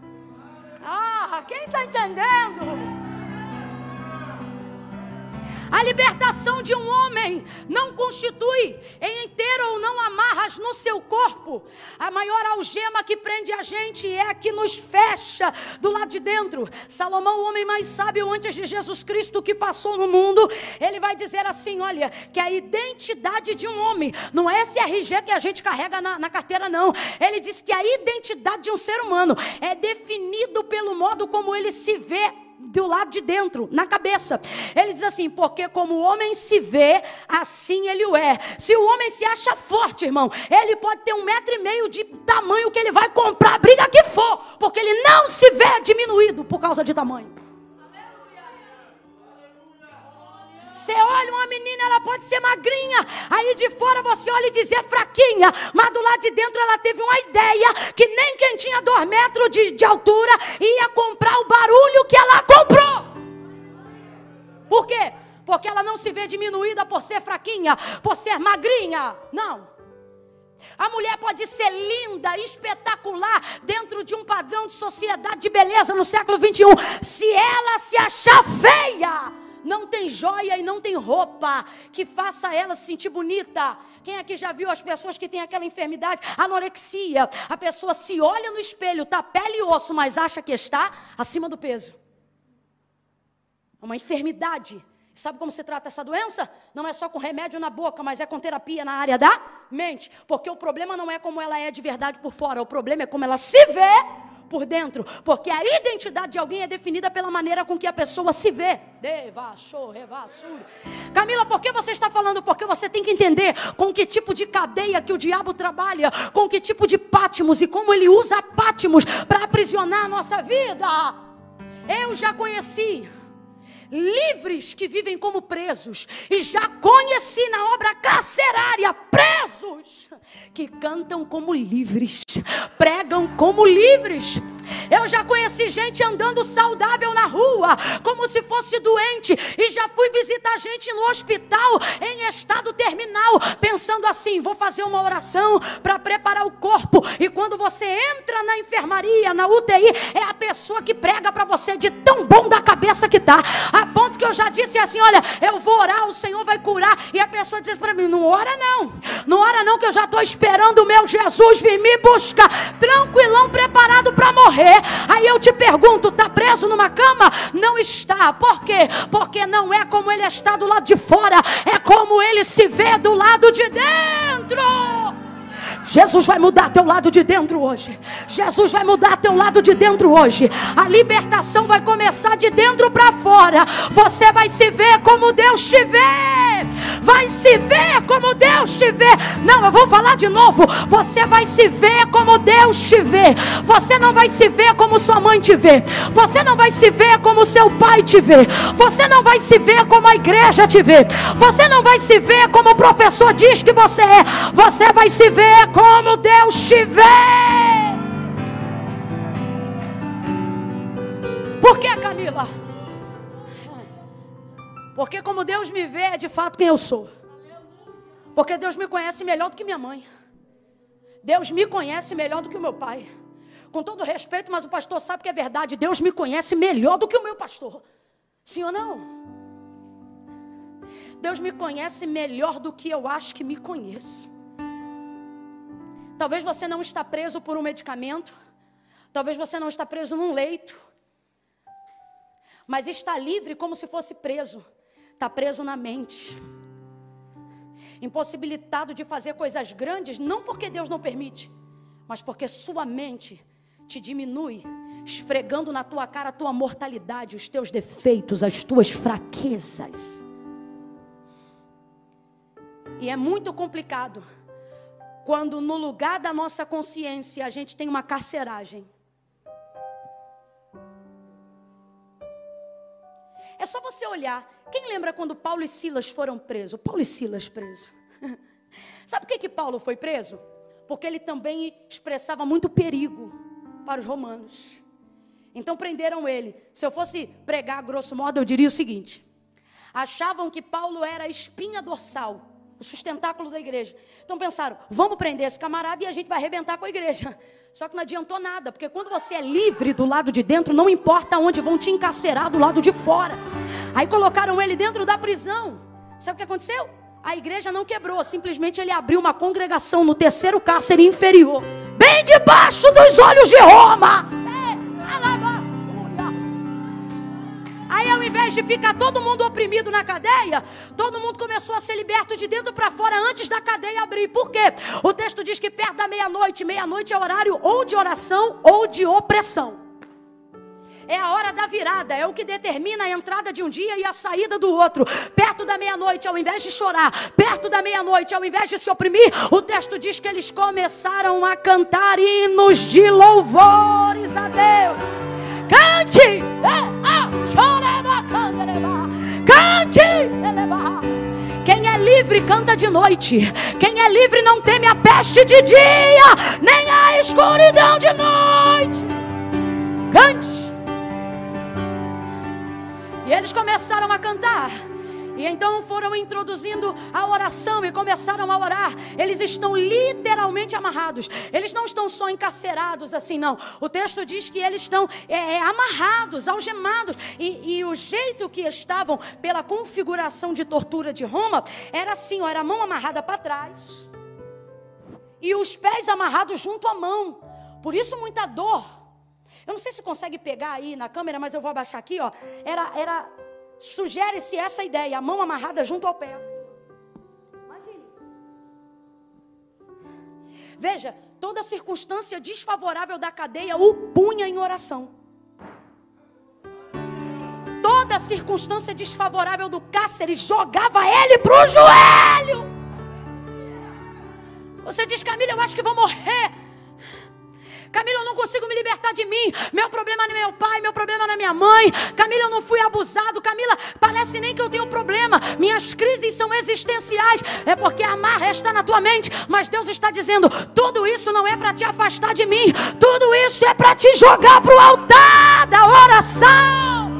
A: Quem está entendendo? A libertação de um homem não constitui em inteiro ou não amarras no seu corpo. A maior algema que prende a gente é a que nos fecha do lado de dentro. Salomão, o homem mais sábio antes de Jesus Cristo que passou no mundo, ele vai dizer assim, olha, que a identidade de um homem, não é esse RG que a gente carrega na carteira não. Ele diz que a identidade de um ser humano é definido pelo modo como ele se vê do lado de dentro, na cabeça. Ele diz assim, porque como o homem se vê, assim ele o é. Se o homem se acha forte, irmão, ele pode ter 1,5 metro de tamanho que ele vai comprar a briga que for, porque ele não se vê diminuído por causa de tamanho. Você olha uma menina, ela pode ser magrinha, aí de fora você olha e diz, é fraquinha, mas do lado de dentro ela teve uma ideia, que nem quem tinha 2 metros de altura ia comprar o barulho que ela comprou. Por quê? Porque ela não se vê diminuída por ser fraquinha, por ser magrinha, não. A mulher pode ser linda, espetacular, dentro de um padrão de sociedade de beleza no século 21, se ela se achar feia, não tem joia e não tem roupa que faça ela se sentir bonita. Quem aqui já viu as pessoas que têm aquela enfermidade, anorexia? A pessoa se olha no espelho, tá pele e osso, mas acha que está acima do peso. É uma enfermidade. Sabe como se trata essa doença? Não é só com remédio na boca, mas é com terapia na área da mente. Porque o problema não é como ela é de verdade por fora, o problema é como ela se vê por dentro, porque a identidade de alguém é definida pela maneira com que a pessoa se vê. Camila, por que você está falando? Porque você tem que entender com que tipo de cadeia que o diabo trabalha, com que tipo de Pátimos e como ele usa Pátimos para aprisionar a nossa vida. Eu já conheci livres que vivem como presos, e já conheci na obra carcerária presos que cantam como livres, pregam como livres. Eu já conheci gente andando saudável na rua, como se fosse doente, e já fui visitar gente no hospital em estado terminal, pensando assim, vou fazer uma oração para preparar o corpo, e quando você entra na enfermaria, na UTI, é a pessoa que prega para você de tão bom da cabeça que está, a ponto que eu já disse assim, olha, eu vou orar, o Senhor vai curar, e a pessoa diz para mim, não ora não, que eu já estou esperando o meu Jesus vir me buscar, tranquilão, preparado para morrer. Aí eu te pergunto, está preso numa cama? Não está. Por quê? Porque não é como ele está do lado de fora, é como ele se vê do lado de dentro. Jesus vai mudar teu lado de dentro hoje. Jesus vai mudar teu lado de dentro hoje. A libertação vai começar de dentro para fora. Você vai se ver como Deus te vê. Vai se ver como Deus te vê. Não, eu vou falar de novo. Você vai se ver como Deus te vê. Você não vai se ver como sua mãe te vê. Você não vai se ver como seu pai te vê. Você não vai se ver como a igreja te vê. Você não vai se ver como o professor diz que você é. Você vai se ver como Deus te vê. Por que, Camila? Porque como Deus me vê é de fato quem eu sou. Porque Deus me conhece melhor do que minha mãe. Deus me conhece melhor do que o meu pai. Com todo respeito, mas o pastor sabe que é verdade. Deus me conhece melhor do que o meu pastor. Sim ou não? Deus me conhece melhor do que eu acho que me conheço. Talvez você não está preso por um medicamento. Talvez você não está preso num leito. Mas está livre como se fosse preso. Está preso na mente. Impossibilitado de fazer coisas grandes, não porque Deus não permite, mas porque sua mente te diminui, esfregando na tua cara a tua mortalidade, os teus defeitos, as tuas fraquezas. E é muito complicado quando no lugar da nossa consciência a gente tem uma carceragem. É só você olhar. Quem lembra quando Paulo e Silas foram presos? Paulo e Silas presos. Sabe por que Paulo foi preso? Porque ele também expressava muito perigo para os romanos. Então prenderam ele. Se eu fosse pregar grosso modo, eu diria o seguinte: achavam que Paulo era a espinha dorsal, o sustentáculo da igreja. Então pensaram, vamos prender esse camarada e a gente vai arrebentar com a igreja. Só que não adiantou nada, porque quando você é livre do lado de dentro, não importa onde vão te encarcerar do lado de fora. Aí colocaram ele dentro da prisão. Sabe o que aconteceu? A igreja não quebrou, simplesmente ele abriu uma congregação no terceiro cárcere inferior, bem debaixo dos olhos de Roma. Aí ao invés de ficar todo mundo oprimido na cadeia, todo mundo começou a ser liberto de dentro para fora antes da cadeia abrir. Por quê? O texto diz que perto da meia-noite é horário ou de oração ou de opressão. É a hora da virada, é o que determina a entrada de um dia e a saída do outro. Perto da meia-noite, ao invés de chorar, perto da meia-noite, ao invés de se oprimir, o texto diz que eles começaram a cantar hinos de louvores a Deus. Cante! Cante! Quem é livre canta de noite. Quem é livre não teme a peste de dia, nem a escuridão de noite. Cante! E eles começaram a cantar. E então foram introduzindo a oração e começaram a orar. Eles estão literalmente amarrados. Eles não estão só encarcerados assim, não. O texto diz que eles estão amarrados, algemados. E o jeito que estavam, pela configuração de tortura de Roma, era assim, era a mão amarrada para trás e os pés amarrados junto à mão. Por isso muita dor. Eu não sei se consegue pegar aí na câmera, mas eu vou abaixar aqui, ó. Sugere-se essa ideia, a mão amarrada junto ao pé. Imagine. Veja, toda circunstância desfavorável da cadeia o punha em oração. Toda circunstância desfavorável do cárcere jogava ele para o joelho. Você diz, Camila, eu acho que vou morrer. Camila, eu não consigo me libertar de mim. Meu problema não é meu pai, meu problema não é minha mãe. Camila, eu não fui abusado. Camila, parece nem que eu tenho problema. Minhas crises são existenciais. É porque a amarra está na tua mente. Mas Deus está dizendo, tudo isso não é para te afastar de mim. Tudo isso é para te jogar para o altar da oração.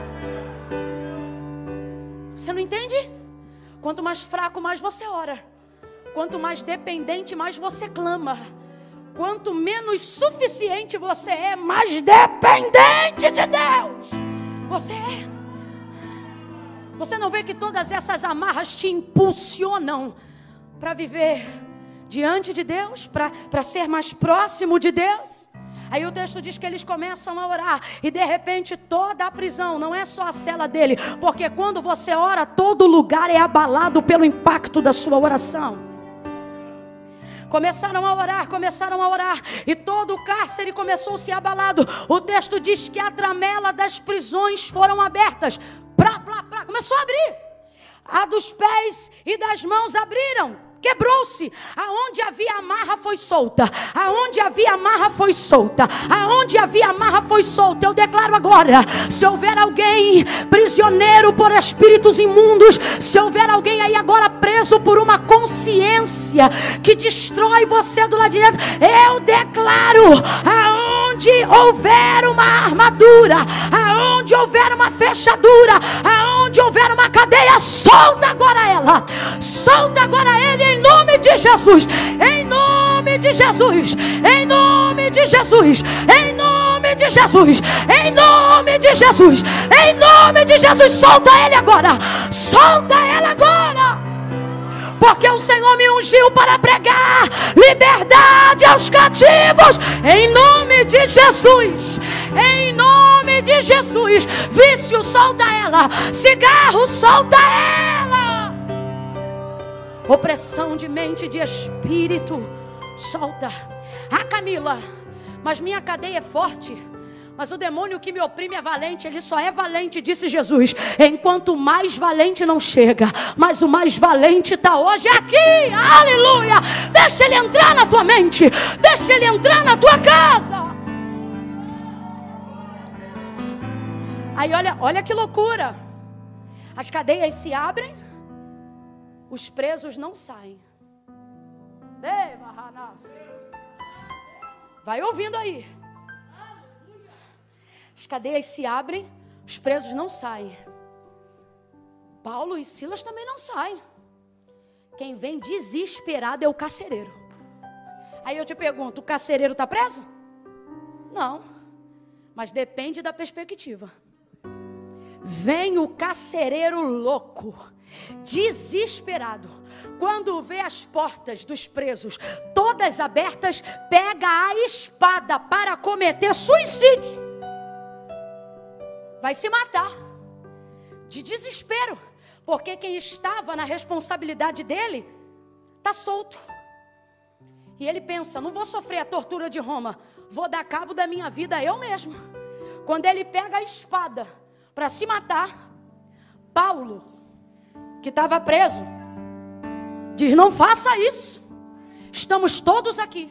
A: Você não entende? Quanto mais fraco, mais você ora. Quanto mais dependente, mais você clama. Quanto menos suficiente você é, mais dependente de Deus você é. Você não vê que todas essas amarras te impulsionam para viver diante de Deus, para ser mais próximo de Deus? Aí o texto diz que eles começam a orar e de repente toda a prisão, não é só a cela dele, porque quando você ora, todo lugar é abalado pelo impacto da sua oração. Começaram a orar, e todo o cárcere começou a ser abalado. O texto diz que a tramela das prisões foram abertas. Começou a abrir. A dos pés e das mãos abriram. Quebrou-se. Aonde havia amarra foi solta. Aonde havia amarra foi solta. Aonde havia amarra foi solta. Eu declaro agora, se houver alguém prisioneiro por espíritos imundos, se houver alguém aí agora preso por uma consciência que destrói você do lado de dentro, eu declaro, aonde houver uma armadura, aonde houver uma fechadura, aonde houver uma cadeia, solta agora ela. Solta agora ele. Em nome de Jesus, em nome de Jesus, em nome de Jesus, em nome de Jesus, em nome de Jesus, em nome de Jesus, solta ele agora, solta ela agora, porque o Senhor me ungiu para pregar liberdade aos cativos, em nome de Jesus, em nome de Jesus. Vício, solta ela, cigarro, solta ela. Opressão de mente e de espírito, solta. Ah, Camila, mas minha cadeia é forte. Mas o demônio que me oprime é valente. Ele só é valente, disse Jesus, enquanto o mais valente não chega. Mas o mais valente está hoje aqui, aleluia. Deixa ele entrar na tua mente, deixa ele entrar na tua casa. Aí olha que loucura. As cadeias se abrem, os presos não saem. Vai ouvindo aí. As cadeias se abrem, os presos não saem. Paulo e Silas também não saem. Quem vem desesperado é o carcereiro. Aí eu te pergunto, o carcereiro está preso? Não. Mas depende da perspectiva. Vem o carcereiro louco, desesperado. Quando vê as portas dos presos todas abertas, pega a espada para cometer suicídio. Vai se matar de desespero, porque quem estava na responsabilidade dele está solto. E ele pensa: não vou sofrer a tortura de Roma, vou dar cabo da minha vida eu mesmo. Quando ele pega a espada para se matar, Paulo, que estava preso, diz: não faça isso, estamos todos aqui.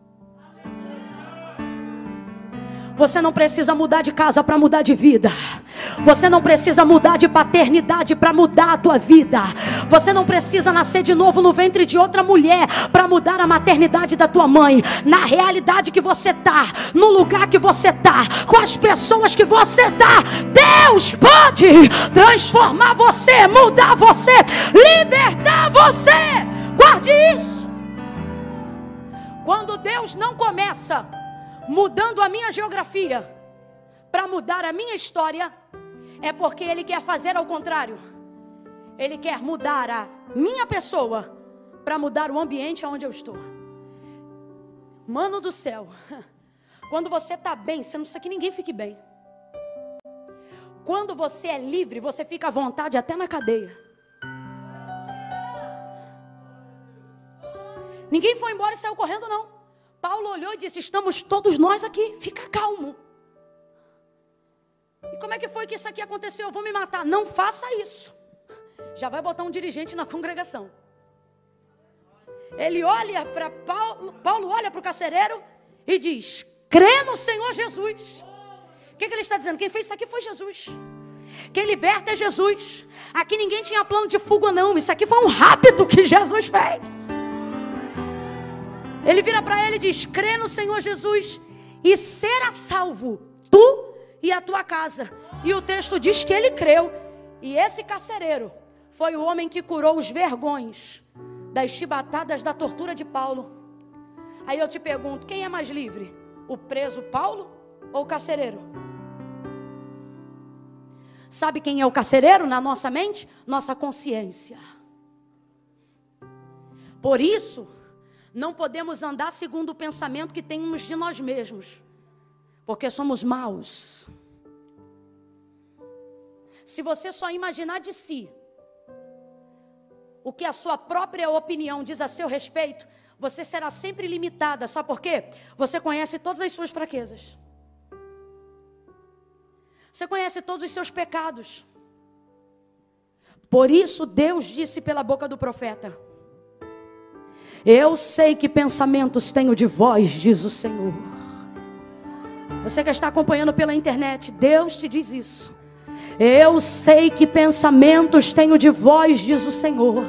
A: Você não precisa mudar de casa para mudar de vida. Você não precisa mudar de paternidade para mudar a tua vida. Você não precisa nascer de novo no ventre de outra mulher para mudar a maternidade da tua mãe. Na realidade que você está, no lugar que você está, com as pessoas que você está, Deus pode transformar você, mudar você, libertar você. Guarde isso. Quando Deus não começa mudando a minha geografia para mudar a minha história, é porque Ele quer fazer ao contrário. Ele quer mudar a minha pessoa para mudar o ambiente onde eu estou. Mano do céu, quando você está bem, você não precisa que ninguém fique bem. Quando você é livre, você fica à vontade até na cadeia. Ninguém foi embora e saiu correndo, não. Paulo olhou e disse: estamos todos nós aqui, fica calmo. E como é que foi que isso aqui aconteceu? Eu vou me matar. Não faça isso. Já vai botar um dirigente na congregação. Ele olha para Paulo olha para o carcereiro e diz: crê no Senhor Jesus. O que ele está dizendo? Quem fez isso aqui foi Jesus. Quem liberta é Jesus. Aqui ninguém tinha plano de fuga, não. Isso aqui foi um rápido que Jesus fez. Ele vira para ele e diz: crê no Senhor Jesus e será salvo, tu e a tua casa. E o texto diz que ele creu. E esse carcereiro foi o homem que curou os vergões das chibatadas da tortura de Paulo. Aí eu te pergunto: quem é mais livre? O preso Paulo ou o carcereiro? Sabe quem é o carcereiro na nossa mente? Nossa consciência. Por isso, não podemos andar segundo o pensamento que temos de nós mesmos, porque somos maus. Se você só imaginar de si o que a sua própria opinião diz a seu respeito, você será sempre limitada. Sabe por quê? Você conhece todas as suas fraquezas. Você conhece todos os seus pecados. Por isso Deus disse pela boca do profeta: eu sei que pensamentos tenho de vós, diz o Senhor. Você que está acompanhando pela internet, Deus te diz isso. Eu sei que pensamentos tenho de vós, diz o Senhor.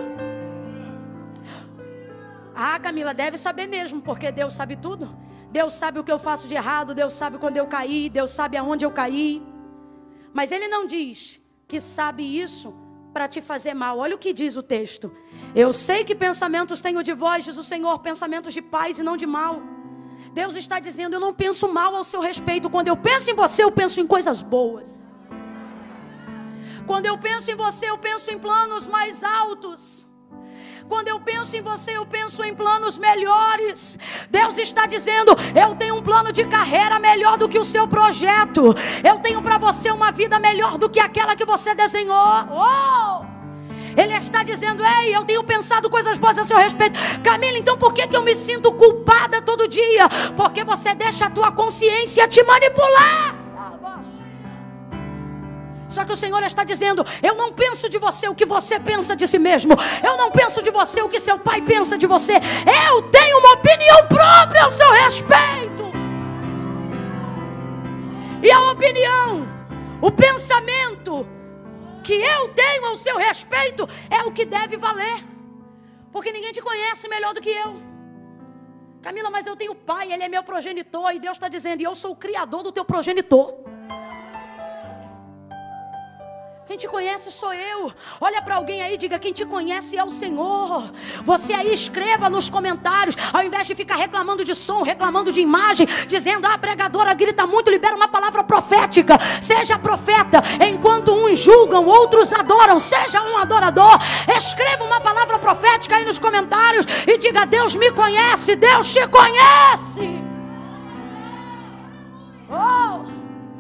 A: Ah, Camila, deve saber mesmo, porque Deus sabe tudo. Deus sabe o que eu faço de errado, Deus sabe quando eu caí, Deus sabe aonde eu caí. Mas Ele não diz que sabe isso para te fazer mal. Olha o que diz o texto: eu sei que pensamentos tenho de vós, diz o Senhor, pensamentos de paz e não de mal. Deus está dizendo: eu não penso mal ao seu respeito. Quando eu penso em você, eu penso em coisas boas. Quando eu penso em você, eu penso em planos mais altos. Quando eu penso em você, eu penso em planos melhores. Deus está dizendo: eu tenho um plano de carreira melhor do que o seu projeto. Eu tenho para você uma vida melhor do que aquela que você desenhou. Oh! Ele está dizendo: ei, eu tenho pensado coisas boas a seu respeito. Camila, então por que eu me sinto culpada todo dia? Porque você deixa a tua consciência te manipular. Só que o Senhor está dizendo: eu não penso de você o que você pensa de si mesmo. Eu não penso de você o que seu pai pensa de você. Eu tenho uma opinião própria ao seu respeito. E a opinião, o pensamento que eu tenho ao seu respeito é o que deve valer. Porque ninguém te conhece melhor do que eu. Camila, mas eu tenho pai, ele é meu progenitor. E Deus está dizendo: e eu sou o criador do teu progenitor. Quem te conhece sou eu. Olha para alguém aí e diga: quem te conhece é o Senhor. Você aí escreva nos comentários, ao invés de ficar reclamando de som, reclamando de imagem, dizendo: a pregadora grita muito, libera uma palavra profética. Seja profeta. Enquanto uns julgam, outros adoram. Seja um adorador. Escreva uma palavra profética aí nos comentários e diga: Deus me conhece, Deus te conhece. Oh!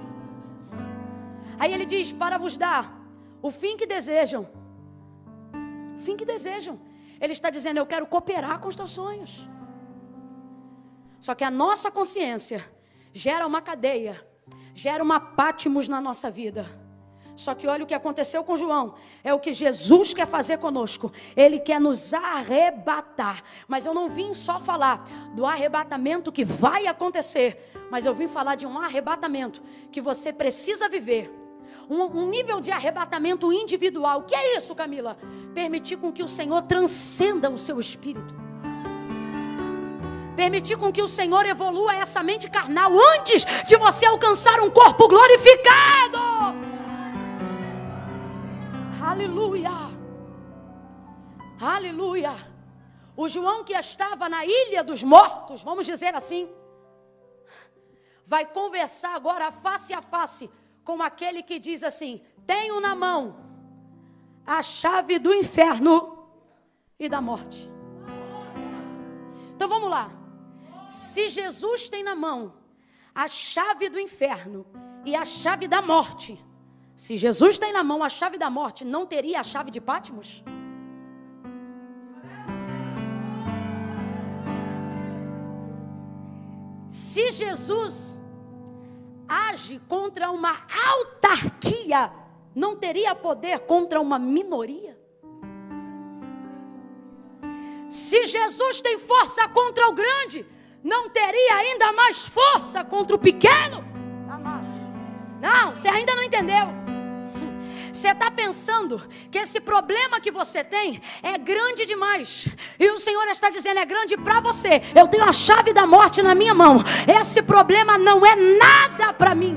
A: Aí ele diz: para vos dar o fim que desejam. O fim que desejam. Ele está dizendo: eu quero cooperar com os teus sonhos. Só que a nossa consciência gera uma cadeia, gera uma Patmos na nossa vida. Só que olha o que aconteceu com João. É o que Jesus quer fazer conosco. Ele quer nos arrebatar. Mas eu não vim só falar do arrebatamento que vai acontecer, mas eu vim falar de um arrebatamento que você precisa viver. Um nível de arrebatamento individual. O que é isso, Camila? Permitir com que o Senhor transcenda o seu espírito. Permitir com que o Senhor evolua essa mente carnal antes de você alcançar um corpo glorificado. Aleluia. Aleluia. O João que estava na ilha dos mortos, vamos dizer assim, vai conversar agora face a face com aquele que diz assim: tenho na mão a chave do inferno e da morte. Então vamos lá. Se Jesus tem na mão a chave do inferno e a chave da morte, se Jesus tem na mão a chave da morte, não teria a chave de Patmos? Se Jesus age contra uma autarquia, não teria poder contra uma minoria? Se Jesus tem força contra o grande, não teria ainda mais força contra o pequeno? Não, você ainda não entendeu. Você está pensando que esse problema que você tem é grande demais. E o Senhor está dizendo: é grande para você. Eu tenho a chave da morte na minha mão. Esse problema não é nada para mim.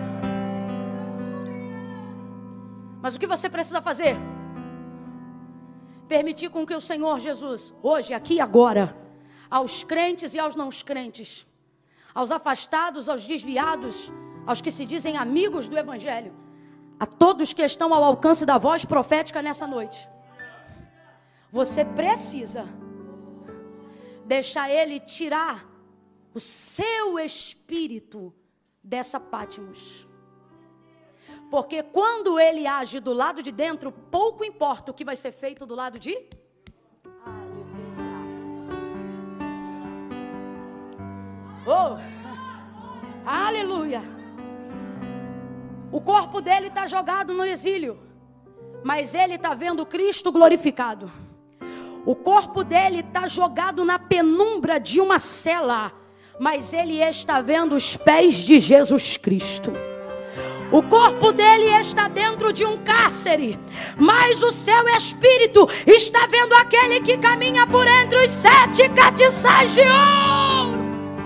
A: Mas o que você precisa fazer? Permitir com que o Senhor Jesus, hoje, aqui e agora, aos crentes e aos não crentes, aos afastados, aos desviados, aos que se dizem amigos do Evangelho, a todos que estão ao alcance da voz profética nessa noite, você precisa deixar Ele tirar o seu espírito dessa Patmos. Porque quando Ele age do lado de dentro, pouco importa o que vai ser feito do lado de... Oh! Aleluia! O corpo dele está jogado no exílio, mas ele está vendo Cristo glorificado. O corpo dele está jogado na penumbra de uma cela, mas ele está vendo os pés de Jesus Cristo. O corpo dele está dentro de um cárcere, mas o seu espírito está vendo aquele que caminha por entre os 7 catiçais de ouro.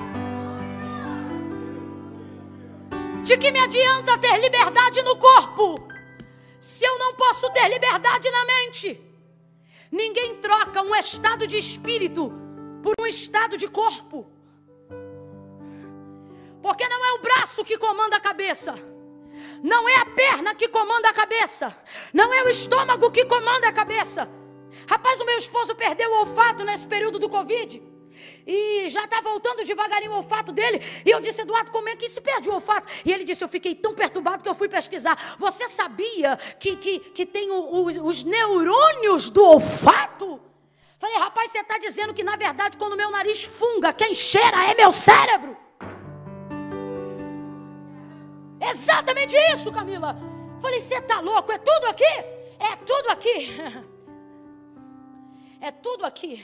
A: De que me adianta ter liberdade no corpo, se eu não posso ter liberdade na mente? Ninguém troca um estado de espírito por um estado de corpo. Porque não é o braço que comanda a cabeça, não é a perna que comanda a cabeça, não é o estômago que comanda a cabeça. Rapaz, o meu esposo perdeu o olfato nesse período do Covid, e já está voltando devagarinho o olfato dele. E eu disse: Eduardo, como é que se perde o olfato? E ele disse: eu fiquei tão perturbado que eu fui pesquisar. Você sabia que tem os neurônios do olfato? Falei: rapaz, você está dizendo que na verdade quando o meu nariz funga, quem cheira é meu cérebro? Exatamente isso, Camila. Falei: você está louco? É tudo aqui? É tudo aqui. É tudo aqui.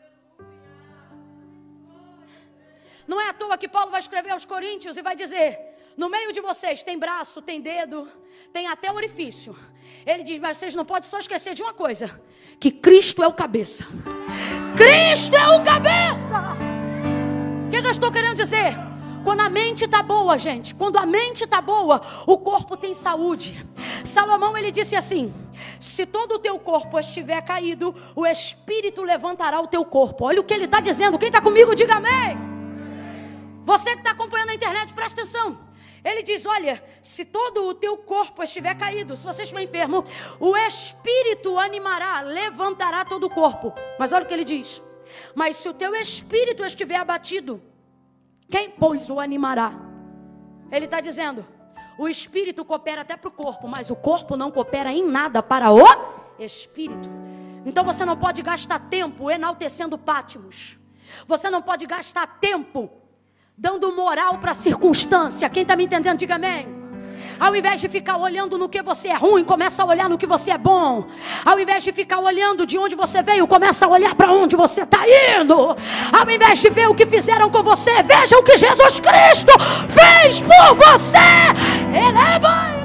A: Não é à toa que Paulo vai escrever aos Coríntios e vai dizer: no meio de vocês tem braço, tem dedo, tem até orifício. Ele diz: mas vocês não podem só esquecer de uma coisa, que Cristo é o cabeça. Cristo é o cabeça. O que eu estou querendo dizer? Quando a mente está boa, gente, quando a mente está boa, o corpo tem saúde. Salomão, ele disse assim: se todo o teu corpo estiver caído, o Espírito levantará o teu corpo. Olha o que ele está dizendo. Quem está comigo, diga amém. Você que está acompanhando na internet, presta atenção. Ele diz: olha, se todo o teu corpo estiver caído, se você estiver enfermo, o Espírito animará, levantará todo o corpo. Mas olha o que ele diz: mas se o teu espírito estiver abatido, quem, pois, o animará? Ele está dizendo: o espírito coopera até para o corpo, mas o corpo não coopera em nada para o espírito. Então você não pode gastar tempo enaltecendo Pátimos. Você não pode gastar tempo dando moral para a circunstância. Quem está me entendendo, diga amém. Ao invés de ficar olhando no que você é ruim, começa a olhar no que você é bom. Ao invés de ficar olhando de onde você veio, começa a olhar para onde você está indo. Ao invés de ver o que fizeram com você, veja o que Jesus Cristo fez por você. Ele é bom.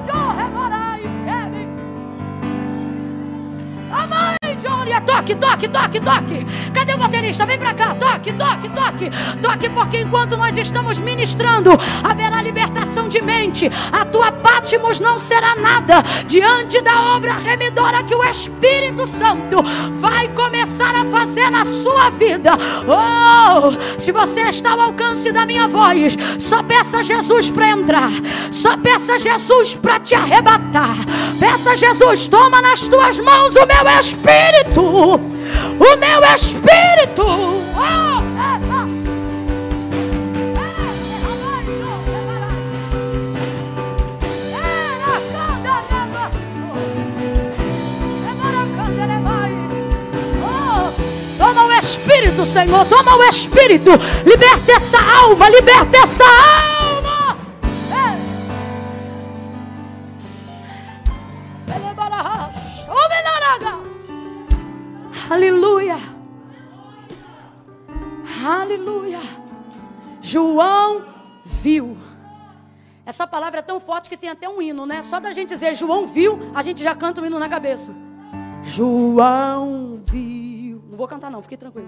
A: Toque, toque, toque, toque. Cadê o baterista? Vem pra cá. Toque, toque, toque. Toque, porque enquanto nós estamos ministrando, haverá libertação de mente. A tua Pátimos não será nada diante da obra remidora que o Espírito Santo vai começar a fazer na sua vida. Oh, se você está ao alcance da minha voz, só peça a Jesus para entrar. Só peça a Jesus para te arrebatar. Peça a Jesus: toma nas tuas mãos o meu espírito. O meu espírito. Toma o espírito, Senhor. Toma o espírito. Liberta essa alma. Liberta essa alma. Aleluia. Aleluia. João viu. Essa palavra é tão forte que tem até um hino, né? Só da gente dizer João viu, a gente já canta um hino na cabeça. João viu. Não vou cantar não, fique tranquilo.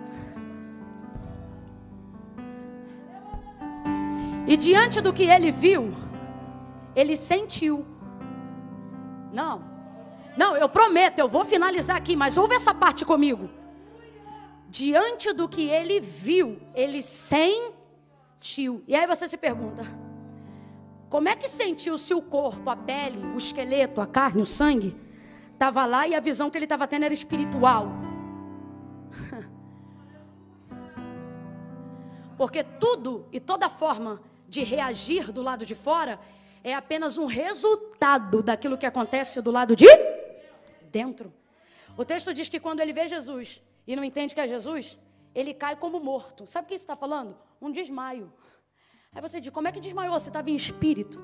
A: E diante do que ele viu, ele sentiu. Não, eu prometo, eu vou finalizar aqui, mas ouve essa parte comigo. Diante do que ele viu, ele sentiu. E aí você se pergunta: como é que sentiu se o corpo, a pele, o esqueleto, a carne, o sangue estava lá e a visão que ele estava tendo era espiritual? Porque tudo e toda forma de reagir do lado de fora é apenas um resultado daquilo que acontece do lado de dentro. O texto diz que quando ele vê Jesus e não entende que é Jesus, ele cai como morto. Sabe o que isso está falando? Um desmaio. Aí você diz: como é que desmaiou? Você estava em espírito.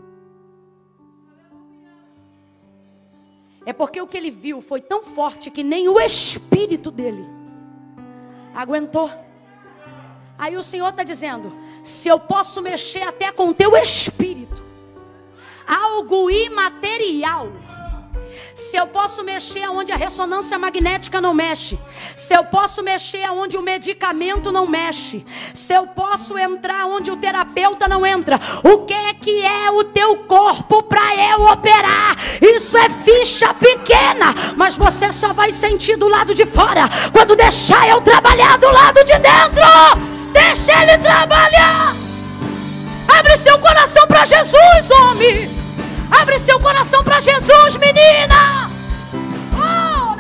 A: É porque o que ele viu foi tão forte que nem o espírito dele aguentou. Aí o Senhor está dizendo: se eu posso mexer até com o teu espírito, algo imaterial, se eu posso mexer onde a ressonância magnética não mexe, se eu posso mexer onde o medicamento não mexe, se eu posso entrar onde o terapeuta não entra, o que é o teu corpo para eu operar? Isso é ficha pequena, mas você só vai sentir do lado de fora quando deixar eu trabalhar do lado de dentro. Deixa ele trabalhar. Abre seu coração para Jesus, homem. Abre seu coração para Jesus, menina. Oh,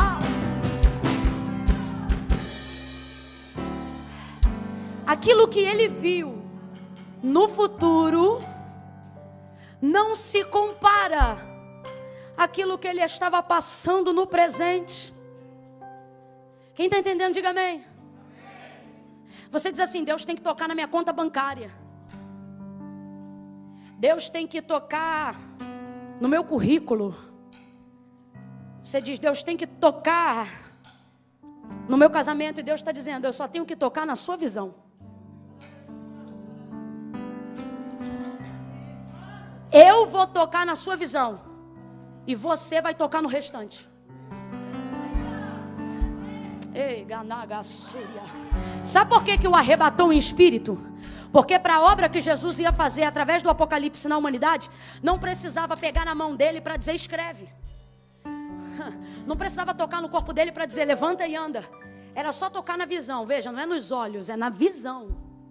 A: aquilo que ele viu no futuro não se compara àquilo que ele estava passando no presente. Quem está entendendo, diga amém. Você diz assim: Deus tem que tocar na minha conta bancária. Deus tem que tocar no meu currículo. Você diz: Deus tem que tocar no meu casamento. E Deus está dizendo: eu só tenho que tocar na sua visão. Eu vou tocar na sua visão e você vai tocar no restante. Ei, Ganagassúria. Sabe por que o arrebatou em espírito? Porque para a obra que Jesus ia fazer através do Apocalipse na humanidade, não precisava pegar na mão dele para dizer escreve. Não precisava tocar no corpo dele para dizer levanta e anda. Era só tocar na visão. Veja, não é nos olhos, é na visão.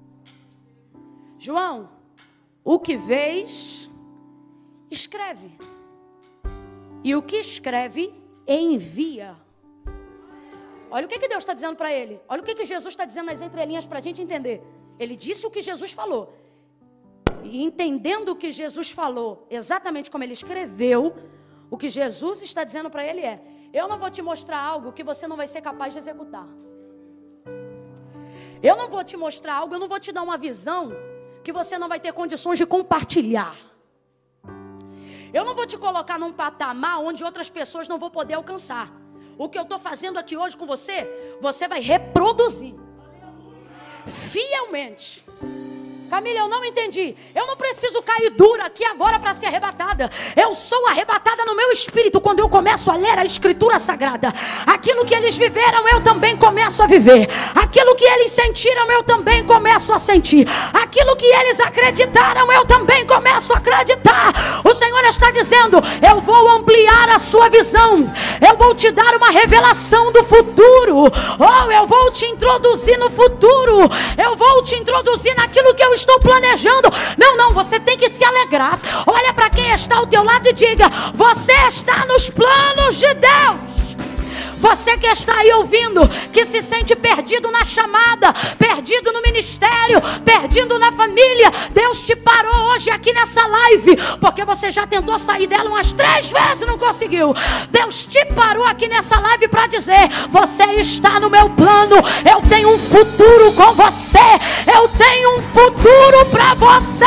A: João, o que vês, escreve. E o que escreve, envia. Olha o que Deus está dizendo para ele. Olha o que Jesus está dizendo nas entrelinhas para a gente entender. Ele disse o que Jesus falou. E entendendo o que Jesus falou, exatamente como ele escreveu, o que Jesus está dizendo para ele é: eu não vou te mostrar algo que você não vai ser capaz de executar. Eu não vou te mostrar algo, eu não vou te dar uma visão que você não vai ter condições de compartilhar. Eu não vou te colocar num patamar onde outras pessoas não vão poder alcançar. O que eu estou fazendo aqui hoje com você, você vai reproduzir fielmente. Camila, eu não entendi. Eu não preciso cair dura aqui agora para ser arrebatada. Eu sou arrebatada no meu espírito quando eu começo a ler a Escritura Sagrada. Aquilo que eles viveram, eu também começo a viver. Aquilo que eles sentiram, eu também começo a sentir. Aquilo que eles acreditaram, eu também começo a acreditar. O Senhor está dizendo: eu vou ampliar a sua visão. Eu vou te dar uma revelação do futuro. Oh, eu vou te introduzir no futuro. Eu vou te introduzir naquilo que eu estou planejando. Não, você tem que se alegrar. Olha para quem está ao teu lado e diga: você está nos planos de Deus. Você que está aí ouvindo, que se sente perdido na chamada, perdido no ministério, perdido na família, Deus te parou hoje aqui nessa live, porque você já tentou sair dela umas 3 vezes e não conseguiu. Deus te parou aqui nessa live para dizer: você está no meu plano, eu tenho um futuro com você, eu tenho um futuro para você.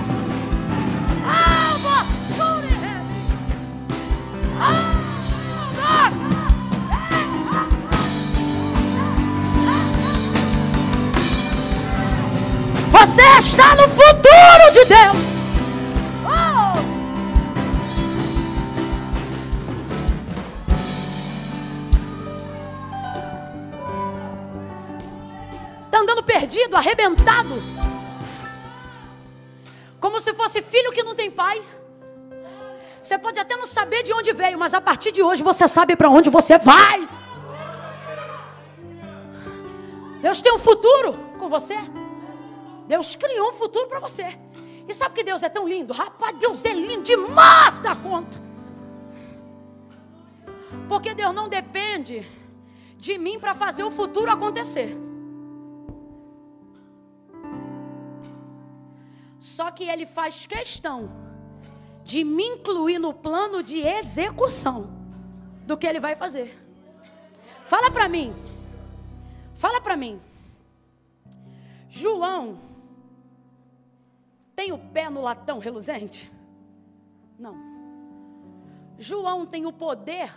A: Você está no futuro de Deus. Está andando perdido, arrebentado, como se fosse filho que não tem pai. Você pode até não saber de onde veio, mas a partir de hoje você sabe para onde você vai. Deus tem um futuro com você. Deus criou um futuro para você. E sabe que Deus é tão lindo? Rapaz, Deus é lindo demais da conta. Porque Deus não depende de mim para fazer o futuro acontecer. Só que Ele faz questão de me incluir no plano de execução do que Ele vai fazer. Fala para mim. Fala para mim. João tem o pé no latão reluzente? Não. João tem o poder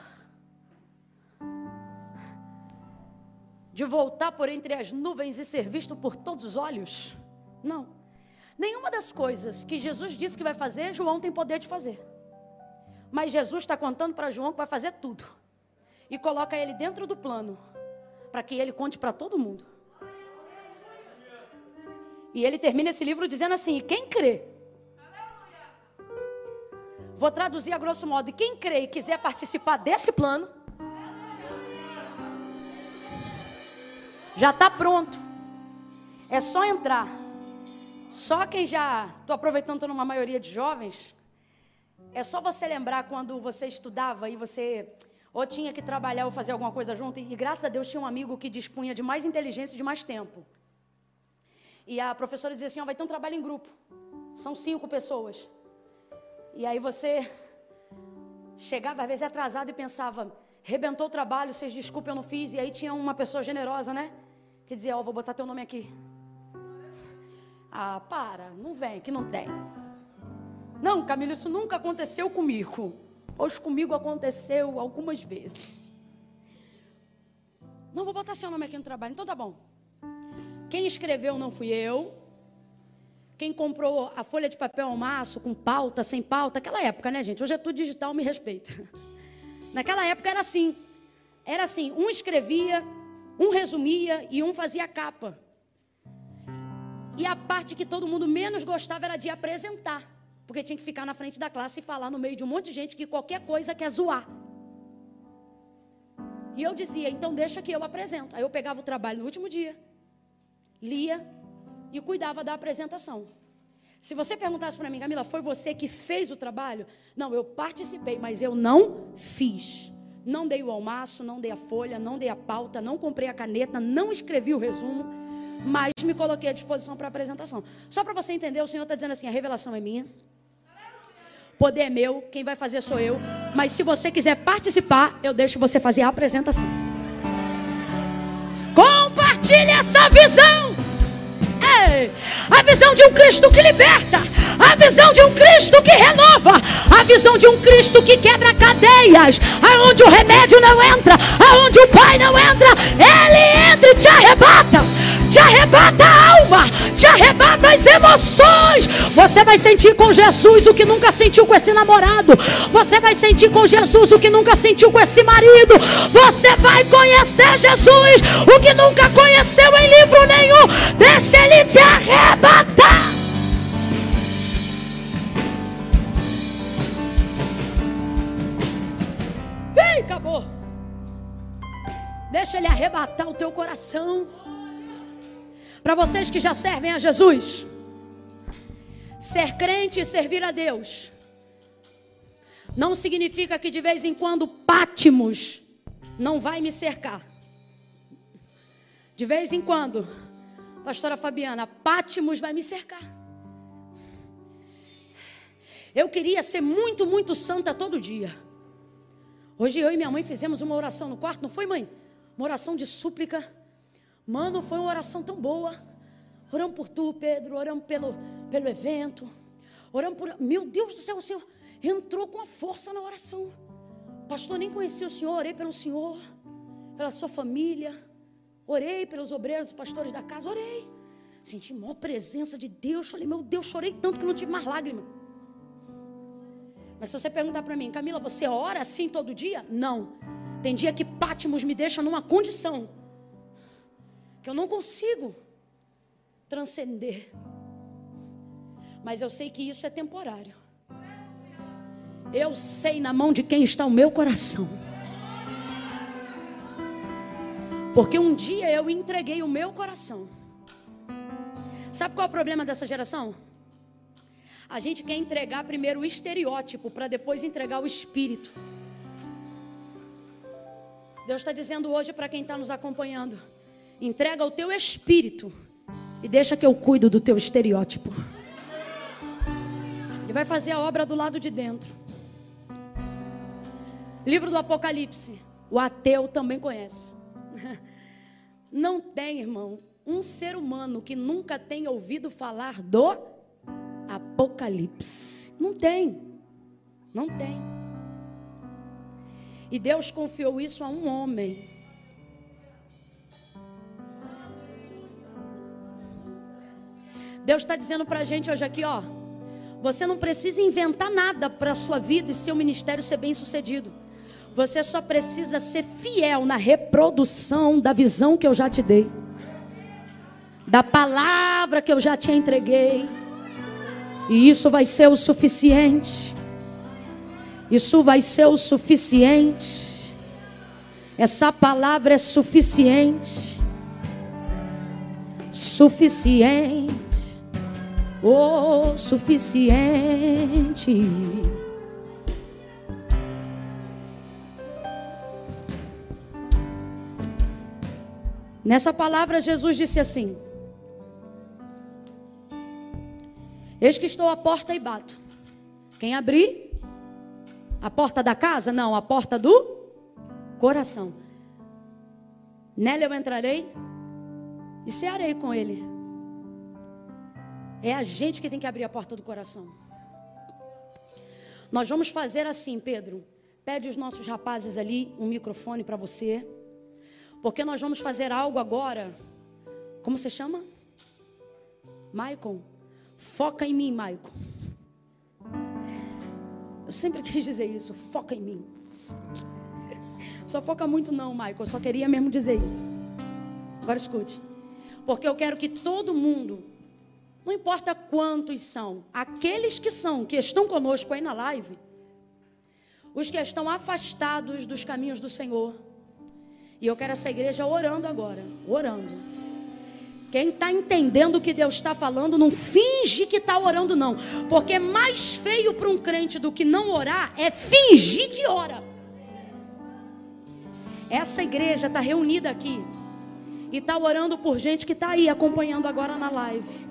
A: de voltar por entre as nuvens e ser visto por todos os olhos? Não. Nenhuma das coisas que Jesus disse que vai fazer, João tem poder de fazer. Mas Jesus está contando para João que vai fazer tudo. E coloca ele dentro do plano, para que ele conte para todo mundo. E ele termina esse livro dizendo assim: e quem crê? Vou traduzir a grosso modo: e quem crê e quiser participar desse plano, já está pronto. É só entrar. Só quem já... Estou aproveitando, estou numa maioria de jovens. É só você lembrar quando você estudava e você ou tinha que trabalhar ou fazer alguma coisa junto. E graças a Deus tinha um amigo que dispunha de mais inteligência e de mais tempo. E a professora dizia assim: vai ter um trabalho em grupo. São 5 pessoas. E aí você chegava às vezes atrasado e pensava: rebentou o trabalho, vocês desculpem, eu não fiz. E aí tinha uma pessoa generosa, né? Que dizia: vou botar teu nome aqui. Ah, para, não vem, que não tem. Não, Camila, isso nunca aconteceu comigo. Hoje comigo aconteceu algumas vezes. Não, vou botar seu nome aqui no trabalho. Então tá bom. Quem escreveu não fui eu. Quem comprou a folha de papel ao maço, com pauta, sem pauta, aquela época, né, gente? Hoje é tudo digital, me respeita. Naquela época era assim. Era assim, um escrevia, um resumia e um fazia a capa. E a parte que todo mundo menos gostava era de apresentar, porque tinha que ficar na frente da classe e falar no meio de um monte de gente que qualquer coisa quer zoar. E eu dizia, então deixa que eu apresento. Aí eu pegava o trabalho no último dia, lia e cuidava da apresentação. Se você perguntasse para mim, Camila, foi você que fez o trabalho? Não, eu participei, mas eu não fiz. Não dei o almaço, não dei a folha, não dei a pauta, não comprei a caneta, não escrevi o resumo, mas me coloquei à disposição para a apresentação. Só para você entender, o Senhor está dizendo assim, a revelação é minha, o poder é meu, quem vai fazer sou eu, mas se você quiser participar, eu deixo você fazer a apresentação. Compartilhe essa visão. A visão de um Cristo que liberta, a visão de um Cristo que renova, a visão de um Cristo que quebra cadeias, aonde o remédio não entra, aonde o Pai não entra, Ele entra e te arrebata a alma, te arrebata as emoções. Você vai sentir com Jesus o que nunca sentiu com esse namorado, você vai sentir com Jesus o que nunca sentiu com esse marido, você vai conhecer Jesus o que nunca conheceu em livro nenhum. Deixa Ele te arrebatar. Ei, acabou. Deixa Ele arrebatar o teu coração. Para vocês que já servem a Jesus, ser crente e servir a Deus não significa que de vez em quando Pátimos não vai me cercar. De vez em quando, pastora Fabiana, Pátimos vai me cercar. Eu queria ser muito, muito santa todo dia. Hoje eu e minha mãe fizemos uma oração no quarto, não foi, mãe? Uma oração de súplica. Mano, foi uma oração tão boa. Oramos por tu, Pedro, oramos pelo evento. Oramos por... Meu Deus do céu, o Senhor entrou com a força na oração. Pastor, nem conhecia o Senhor, orei pelo Senhor, pela sua família. Orei pelos obreiros, os pastores da casa, orei. Senti a maior presença de Deus. Falei, meu Deus, chorei tanto que não tive mais lágrima. Mas se você perguntar para mim, Camila, você ora assim todo dia? Não. Tem dia que Pátimos me deixa numa condição que eu não consigo transcender. Mas eu sei que isso é temporário. Eu sei na mão de quem está o meu coração. Porque um dia eu entreguei o meu coração. Sabe qual é o problema dessa geração? A gente quer entregar primeiro o estereótipo para depois entregar o espírito. Deus está dizendo hoje para quem está nos acompanhando: entrega o teu espírito e deixa que eu cuido do teu estereótipo. Ele vai fazer a obra do lado de dentro. Livro do Apocalipse. O ateu também conhece. Não tem, irmão, um ser humano que nunca tenha ouvido falar do Apocalipse. Não tem. Não tem. E Deus confiou isso a um homem. Deus está dizendo para a gente hoje aqui, ó, você não precisa inventar nada para a sua vida e seu ministério ser bem sucedido. Você só precisa ser fiel na reprodução da visão que eu já te dei, da palavra que eu já te entreguei. E isso vai ser o suficiente. Isso vai ser o suficiente. Essa palavra é suficiente. Suficiente. Oh, suficiente. Nessa palavra Jesus disse assim: eis que estou à porta e bato. Quem abrir? A porta da casa? Não, a porta do coração. Nela eu entrarei e cearei com ele. É a gente que tem que abrir a porta do coração. Nós vamos fazer assim, Pedro. Pede os nossos rapazes ali um microfone para você. Porque nós vamos fazer algo agora. Como você chama? Maicon. Foca em mim, Maicon. Eu sempre quis dizer isso. Foca em mim. Não só foca muito não, Maicon. Eu só queria mesmo dizer isso. Agora escute. Porque eu quero que todo mundo Não importa quantos são, aqueles que estão conosco aí na live, os que estão afastados dos caminhos do Senhor. E eu quero essa igreja orando agora, orando. Quem está entendendo o que Deus está falando, não finge que está orando não. Porque mais feio para um crente do que não orar é fingir que ora. Essa igreja está reunida aqui e está orando por gente que está aí acompanhando agora na live.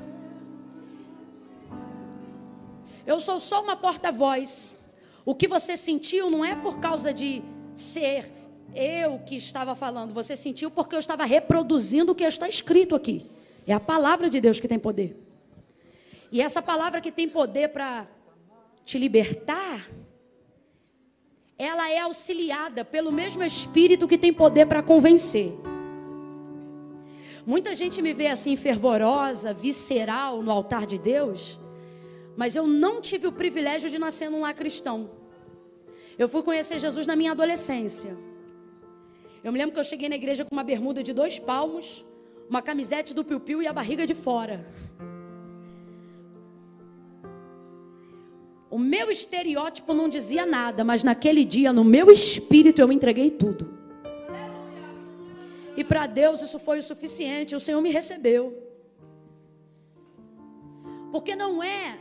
A: Eu sou só uma porta-voz. O que você sentiu não é por causa de ser eu que estava falando. Você sentiu porque eu estava reproduzindo o que está escrito aqui. É a palavra de Deus que tem poder. E essa palavra que tem poder para te libertar, ela é auxiliada pelo mesmo Espírito que tem poder para convencer. Muita gente me vê assim fervorosa, visceral no altar de Deus, mas eu não tive o privilégio de nascer num lar cristão. Eu fui conhecer Jesus na minha adolescência. Eu me lembro que eu cheguei na igreja com uma bermuda de 2 palmos, uma camisete do piu-piu e a barriga de fora. O meu estereótipo não dizia nada, mas naquele dia, no meu espírito, eu entreguei tudo. E para Deus isso foi o suficiente, o Senhor me recebeu. Porque não é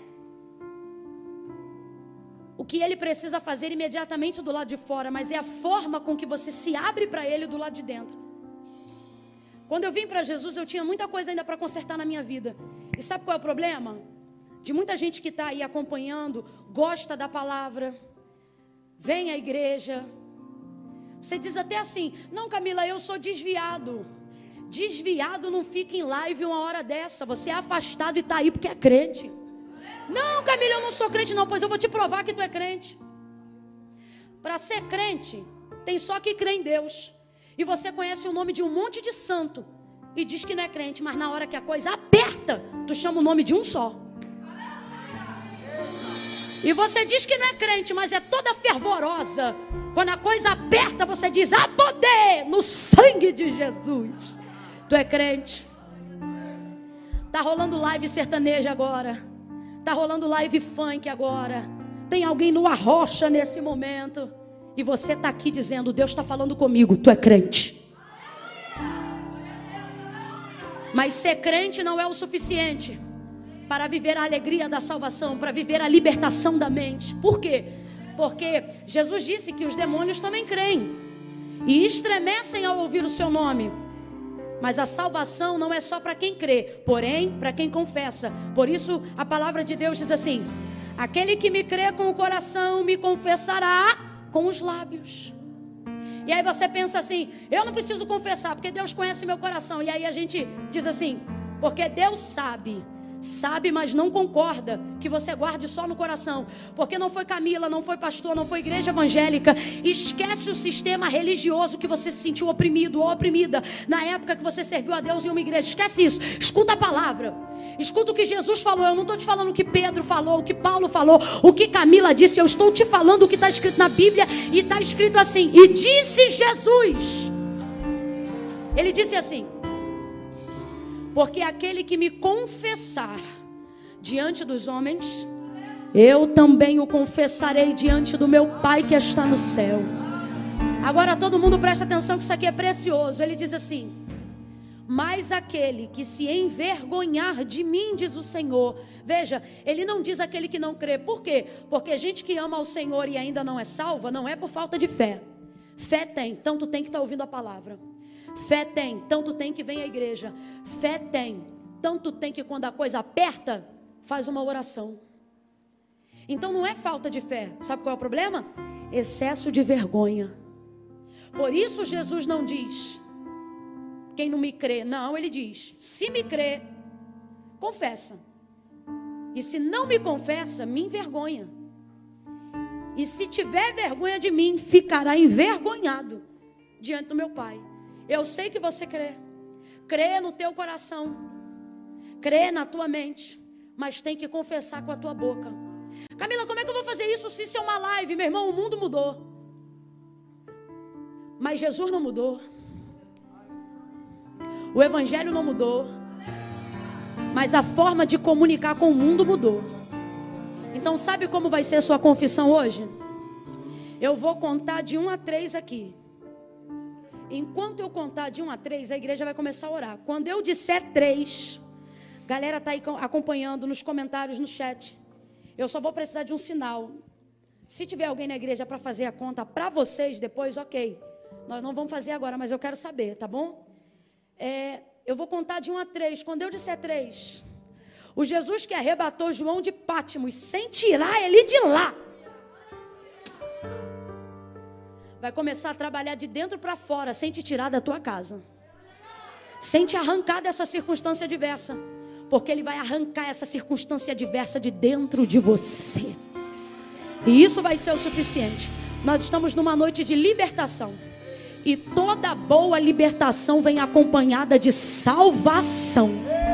A: o que Ele precisa fazer imediatamente do lado de fora, mas é a forma com que você se abre para Ele do lado de dentro. Quando eu vim para Jesus, eu tinha muita coisa ainda para consertar na minha vida. E sabe qual é o problema? De muita gente que está aí acompanhando, gosta da palavra, vem à igreja. Você diz até assim: não, Camila, eu sou desviado. Desviado não fica em live uma hora dessa. Você é afastado e está aí porque é crente. Não, Camila, eu não sou crente não, pois eu vou te provar que tu é crente. Para ser crente, tem só que crê em Deus. E você conhece o nome de um monte de santo e diz que não é crente, mas na hora que a coisa aperta, tu chama o nome de um só. E você diz que não é crente, mas é toda fervorosa. Quando a coisa aperta, você diz: há poder no sangue de Jesus. Tu é crente. Tá rolando live sertaneja agora. Tá rolando live funk agora. Tem alguém no arrocha nesse momento. E você tá aqui dizendo: Deus está falando comigo. Tu é crente. Mas ser crente não é o suficiente para viver a alegria da salvação, para viver a libertação da mente. Por quê? Porque Jesus disse que os demônios também creem e estremecem ao ouvir o seu nome. Mas a salvação não é só para quem crê, porém para quem confessa. Por isso a palavra de Deus diz assim: aquele que me crê com o coração me confessará com os lábios. E aí você pensa assim: eu não preciso confessar porque Deus conhece meu coração. E aí a gente diz assim: porque Deus sabe, mas não concorda que você guarde só no coração. Porque não foi Camila, não foi pastor, não foi igreja evangélica. Esquece o sistema religioso que você se sentiu oprimido ou oprimida na época que você serviu a Deus em uma igreja. Esquece isso, escuta a palavra. Escuta o que Jesus falou. Eu não estou te falando o que Pedro falou, o que Paulo falou, o que Camila disse. Eu estou te falando o que está escrito na Bíblia. E está escrito assim: e disse Jesus. Ele disse assim: porque aquele que me confessar diante dos homens, eu também o confessarei diante do meu Pai que está no céu. Agora todo mundo presta atenção que isso aqui é precioso. Ele diz assim: mas aquele que se envergonhar de mim, diz o Senhor. Veja, ele não diz aquele que não crê. Por quê? Porque gente que ama ao Senhor e ainda não é salva, não é por falta de fé. Fé tem, então tu tem que estar ouvindo a palavra. Fé tem, então tu tem que vir à igreja. Fé tem, então tu tem que, quando a coisa aperta, faz uma oração. Então não é falta de fé. Sabe qual é o problema? Excesso de vergonha. Por isso Jesus não diz: quem não me crê. Não, ele diz: se me crê, confessa. E se não me confessa, me envergonha. E se tiver vergonha de mim, ficará envergonhado diante do meu Pai. Eu sei que você crê. Crê no teu coração. Crê na tua mente. Mas tem que confessar com a tua boca. Camila, como é que eu vou fazer isso se isso é uma live? Meu irmão, o mundo mudou. Mas Jesus não mudou. O evangelho não mudou. mas a forma de comunicar com o mundo mudou. Então sabe como vai ser a sua confissão hoje? Eu vou contar de 1 a 3 aqui. Enquanto eu contar de 1 a 3, a igreja vai começar a orar. Quando eu disser 3, galera está aí acompanhando nos comentários, no chat. Eu só vou precisar de um sinal. Se tiver alguém na igreja para fazer a conta para vocês depois, ok. Nós não vamos fazer agora, mas eu quero saber, tá bom? Eu vou contar de 1 a 3. Quando eu disser 3, o Jesus que arrebatou João de Pátimos sem tirar ele de lá, vai começar a trabalhar de dentro para fora, sem te tirar da tua casa, sem te arrancar dessa circunstância adversa, porque Ele vai arrancar essa circunstância adversa de dentro de você, e isso vai ser o suficiente. Nós estamos numa noite de libertação, e toda boa libertação vem acompanhada de salvação,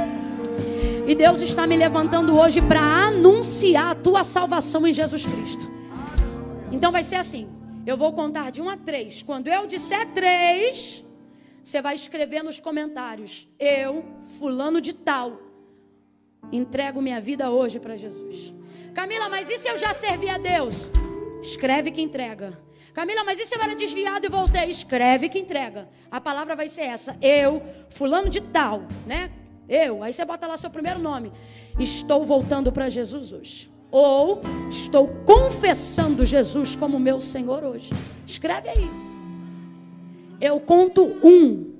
A: e Deus está me levantando hoje para anunciar a tua salvação em Jesus Cristo. Então vai ser assim. Eu vou contar de 1 a 3. Quando eu disser 3, você vai escrever nos comentários: eu, fulano de tal, entrego minha vida hoje para Jesus. Camila, mas e se eu já servi a Deus? Escreve que entrega. Camila, mas e se eu era desviado e voltei? Escreve que entrega. A palavra vai ser essa: eu, fulano de tal, né? Aí você bota lá seu primeiro nome. Estou voltando para Jesus hoje. Ou estou confessando Jesus como meu Senhor hoje. Escreve aí. Eu conto 1.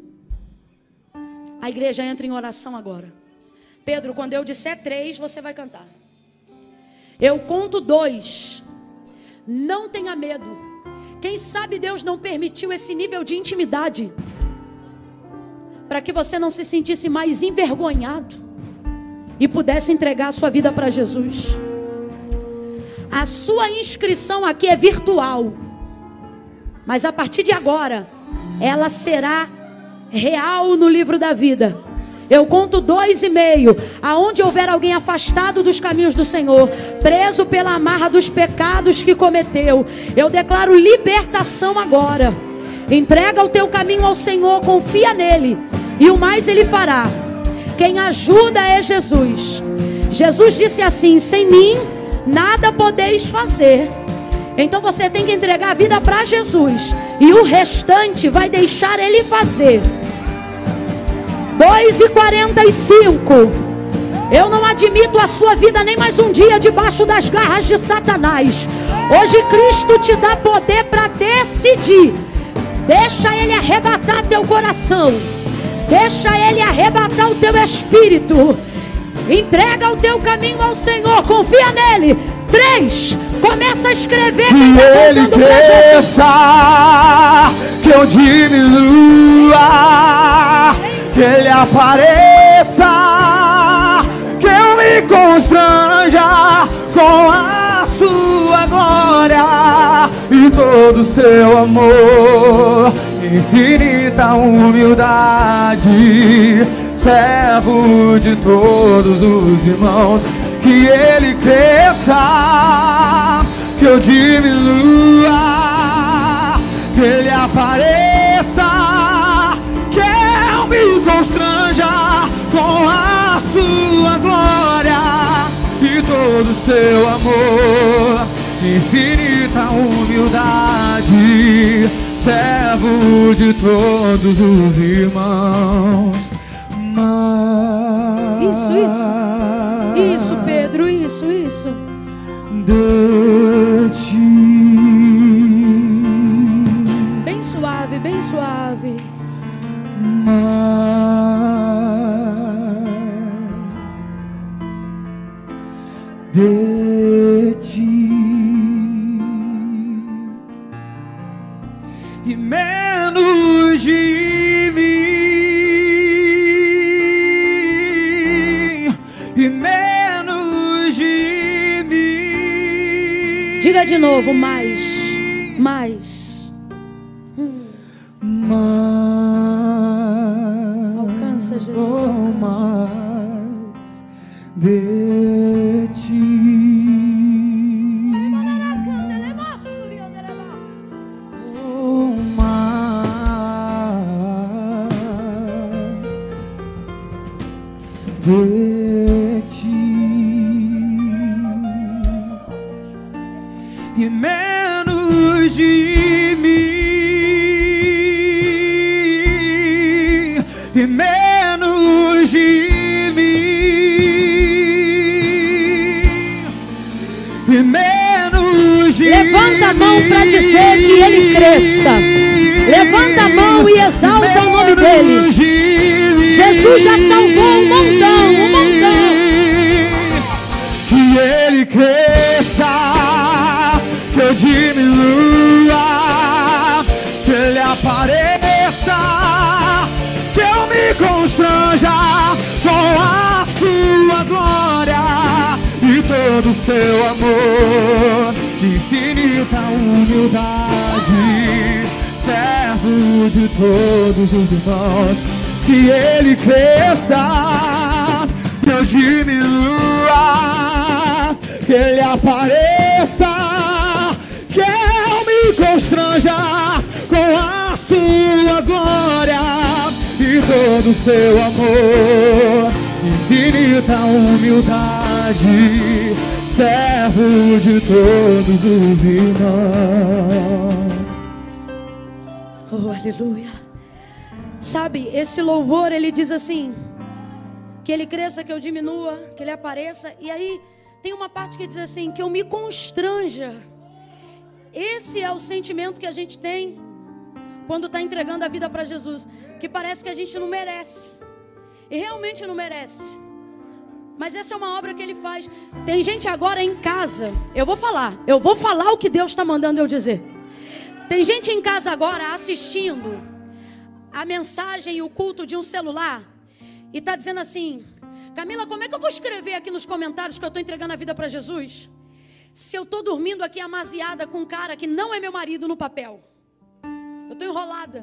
A: A igreja entra em oração agora. Pedro, quando eu disser 3, você vai cantar. Eu conto 2. Não tenha medo. Quem sabe Deus não permitiu esse nível de intimidade para que você não se sentisse mais envergonhado e pudesse entregar a sua vida para Jesus. A sua inscrição aqui é virtual, mas a partir de agora ela será real no livro da vida. Eu conto 2,5. Aonde houver alguém afastado dos caminhos do Senhor, preso pela amarra dos pecados que cometeu, eu declaro libertação agora. Entrega o teu caminho ao Senhor, confia nele, e o mais Ele fará. Quem ajuda é Jesus. Jesus disse assim: sem mim nada podeis fazer. Então você tem que entregar a vida para Jesus, e o restante vai deixar Ele fazer. 2:45. Eu não admito a sua vida nem mais um dia debaixo das garras de Satanás. Hoje Cristo te dá poder para decidir. Deixa Ele arrebatar teu coração, deixa Ele arrebatar o teu espírito. Entrega o teu caminho ao Senhor, confia nele. 3, começa a escrever.
B: Que Ele cresça, que eu diminua, que Ele apareça, que eu me constranja com a sua glória e todo o seu amor, infinita humildade, servo de todos os irmãos. Que Ele cresça, que eu diminua, que Ele apareça, que eu me constranja com a sua glória e todo o seu amor, infinita humildade, servo de todos os irmãos.
A: Isso, Pedro, isso.
B: De ti.
A: Bem suave, bem suave.
B: De ti. E menos de mim. E menos de mim.
A: Diga de novo, mais. Alcança, Jesus, alcança.
B: De ti. Oh, mais. De e menos de mim, e menos de
A: Levanta a mão para dizer que ele cresça. Levanta a mão e exalta o nome dele. Jesus já salvou um montão, um montão.
B: Que ele cresça, que eu diminua, que ele apareça, que eu me constranja com a sua glória e todo o seu amor, infinita humildade, servo de todos os irmãos. Que ele cresça, que eu diminua, que ele apareça, que eu me constranja com a sua glória e todo o seu amor, infinita humildade, servo de todos os irmãos.
A: Oh, aleluia. Sabe, esse louvor, ele diz assim, que ele cresça, que eu diminua, que ele apareça. E aí tem uma parte que diz assim, que eu me constranja. Esse é o sentimento que a gente tem quando está entregando a vida para Jesus, que parece que a gente não merece, e realmente não merece, mas essa é uma obra que ele faz. Tem gente agora em casa, eu vou falar o que Deus está mandando eu dizer. Tem gente em casa agora assistindo a mensagem e o culto de um celular e está dizendo assim: Camila, como é que eu vou escrever aqui nos comentários que eu estou entregando a vida para Jesus, se eu estou dormindo aqui amaziada com um cara que não é meu marido no papel? Eu estou enrolada.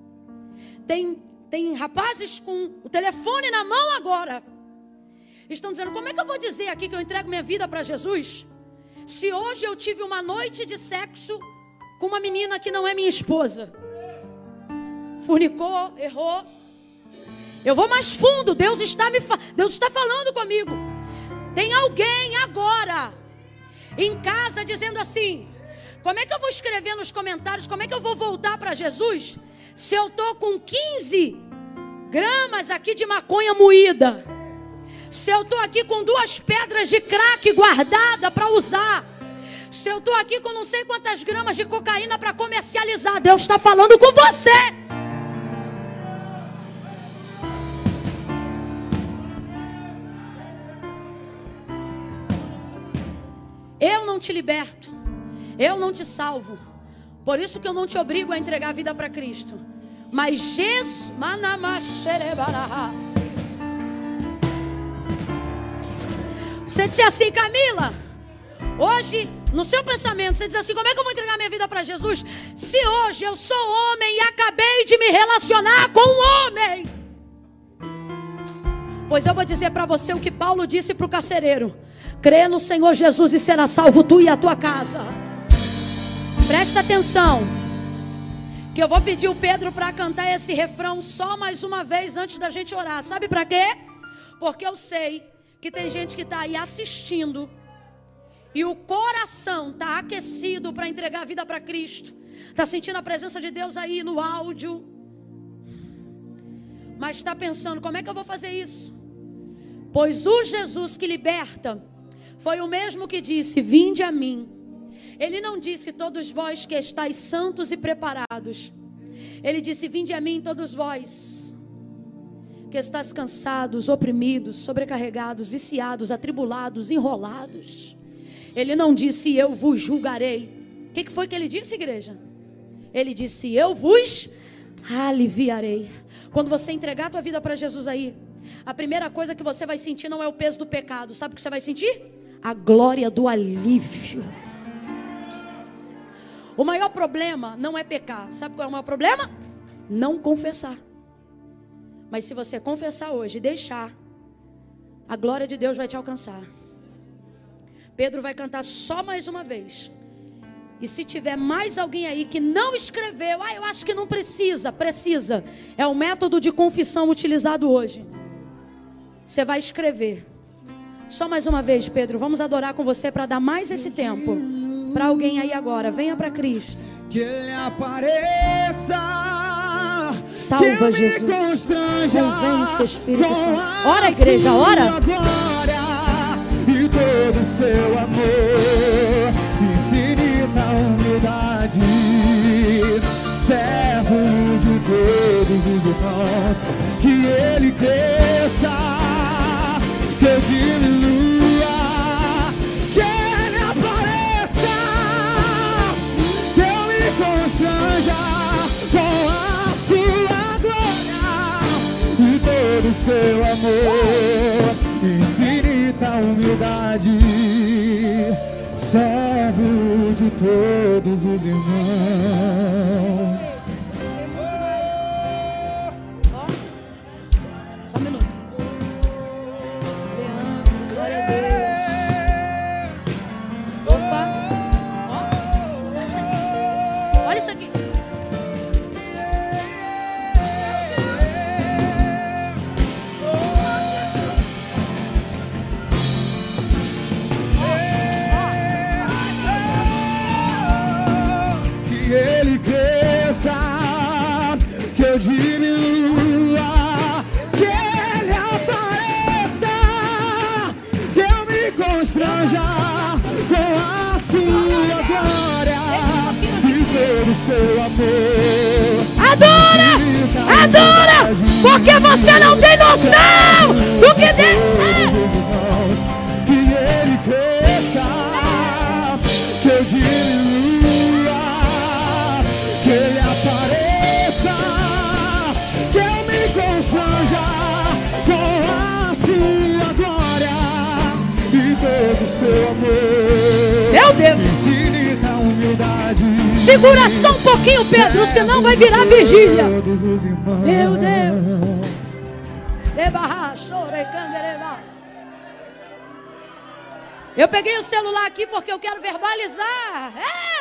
A: Tem rapazes com o telefone na mão agora, estão dizendo: como é que eu vou dizer aqui que eu entrego minha vida para Jesus, se hoje eu tive uma noite de sexo com uma menina que não é minha esposa? Fornicou, errou. Eu vou mais fundo. Deus está falando comigo. Tem alguém agora em casa dizendo assim: como é que eu vou escrever nos comentários, como é que eu vou voltar para Jesus, se eu estou com 15 gramas aqui de maconha moída, se eu estou aqui com 2 pedras de crack guardada para usar, se eu estou aqui com não sei quantas gramas de cocaína para comercializar? Deus está falando com você. Eu não te liberto, eu não te salvo, por isso que eu não te obrigo a entregar a vida para Cristo. Mas Jesus, você disse assim: Camila, hoje no seu pensamento você diz assim: como é que eu vou entregar minha vida para Jesus, se hoje eu sou homem e acabei de me relacionar com um homem? Pois eu vou dizer para você o que Paulo disse para o carcereiro: crê no Senhor Jesus e será salvo tu e a tua casa. Presta atenção, que eu vou pedir o Pedro para cantar esse refrão só mais uma vez antes da gente orar. Sabe para quê? Porque eu sei que tem gente que está aí assistindo e o coração está aquecido para entregar a vida para Cristo, está sentindo a presença de Deus aí no áudio, mas está pensando: como é que eu vou fazer isso? Pois o Jesus que liberta foi o mesmo que disse: vinde a mim. Ele não disse: todos vós que estáis santos e preparados. Ele disse: vinde a mim todos vós que estáis cansados, oprimidos, sobrecarregados, viciados, atribulados, enrolados. Ele não disse: eu vos julgarei. O que foi que ele disse, igreja? Ele disse: eu vos aliviarei. Quando você entregar a tua vida para Jesus aí, a primeira coisa que você vai sentir não é o peso do pecado. Sabe o que você vai sentir? A glória do alívio. O maior problema não é pecar. Sabe qual é o maior problema? Não confessar. Mas se você confessar hoje e deixar, a glória de Deus vai te alcançar. Pedro vai cantar só mais uma vez. E se tiver mais alguém aí que não escreveu: eu acho que não precisa. Precisa. É o método de confissão utilizado hoje. Você vai escrever. Só mais uma vez, Pedro. Vamos adorar com você para dar mais esse tempo para alguém aí agora. Venha para Cristo.
B: Que Ele apareça.
A: Salva, Jesus. Convence, Espírito Santo. Ora, igreja, ora.
B: E todo o seu amor, infinita humildade, servo de todos os irmãos, que ele cresça, que eu diminua, que ele apareça, que eu me constranja com a sua glória e todo o seu amor, infinita humildade, servo de todos os irmãos.
A: Só um minuto. Leandro, glória a Deus. Opa. Ó. Olha isso aqui.
B: Que ele cresça, que eu diminua, que ele apareça, que eu me constranja com a sua glória e todo o seu amor.
A: Adora! Adora! Porque você não tem noção do que Deus é.
B: Que ele cresça, que eu diminua, que ele apareça, que eu me constranja com a sua glória e todo o seu amor.
A: Meu Deus!
B: Infinita humildade.
A: Segura só um pouquinho, Pedro, senão vai virar vigília. Meu Deus! Eu peguei o celular aqui porque eu quero verbalizar.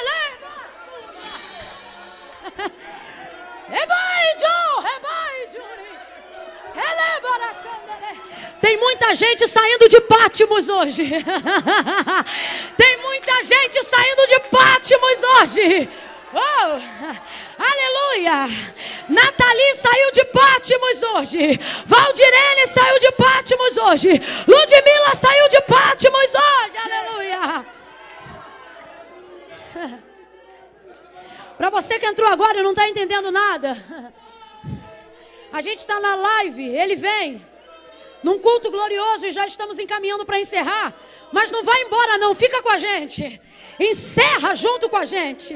A: Tem muita gente saindo de Pátimos hoje. Tem muita gente saindo de Pátimos hoje. Oh, aleluia. Nathalie saiu de Pátimos hoje. Valdirene saiu de Pátimos hoje. Ludmila saiu de Pátimos hoje. Aleluia. Para você que entrou agora e não está entendendo nada, a gente está na live, ele vem num culto glorioso e já estamos encaminhando para encerrar. Mas não vai embora não, fica com a gente. Encerra junto com a gente.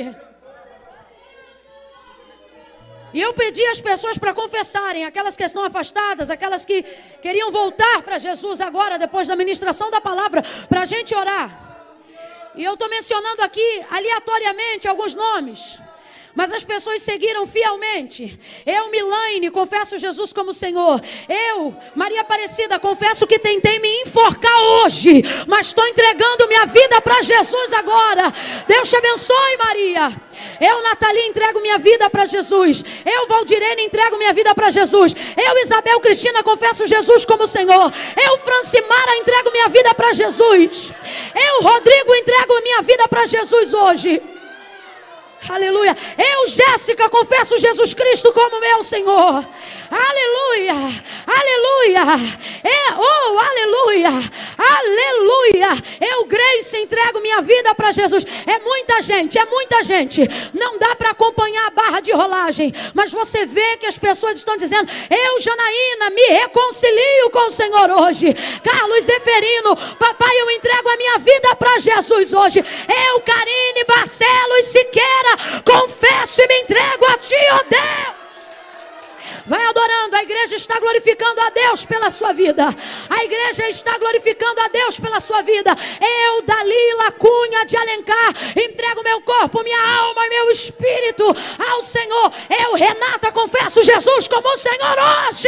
A: E eu pedi às pessoas para confessarem, aquelas que estão afastadas, aquelas que queriam voltar para Jesus agora, depois da ministração da palavra, para a gente orar. E eu estou mencionando aqui, aleatoriamente, alguns nomes. Mas as pessoas seguiram fielmente. Eu, Milaine, confesso Jesus como Senhor. Eu, Maria Aparecida, confesso que tentei me enforcar hoje, mas estou entregando minha vida para Jesus agora. Deus te abençoe, Maria. Eu, Nathalie, entrego minha vida para Jesus. Eu, Valdirene, entrego minha vida para Jesus. Eu, Isabel Cristina, confesso Jesus como Senhor. Eu, Francimara, entrego minha vida para Jesus. Eu, Rodrigo, entrego minha vida para Jesus hoje. Aleluia. Eu, Jéssica, confesso Jesus Cristo como meu Senhor. Aleluia. Aleluia. Aleluia. Aleluia. Eu, Grace, entrego minha vida para Jesus. É muita gente, é muita gente. Não dá para acompanhar a barra de rolagem. Mas você vê que as pessoas estão dizendo: eu, Janaína, me reconcilio com o Senhor hoje. Carlos Zeferino, papai, eu entrego a minha vida para Jesus hoje. Eu, Karine Barcelos Siqueira, confesso e me entrego a ti, ó Deus. Vai adorando, a igreja está glorificando a Deus pela sua vida. A igreja está glorificando a Deus pela sua vida. Eu, Dalila Cunha de Alencar, entrego meu corpo, minha alma e meu espírito ao Senhor. Eu, Renata, confesso Jesus como Senhor hoje.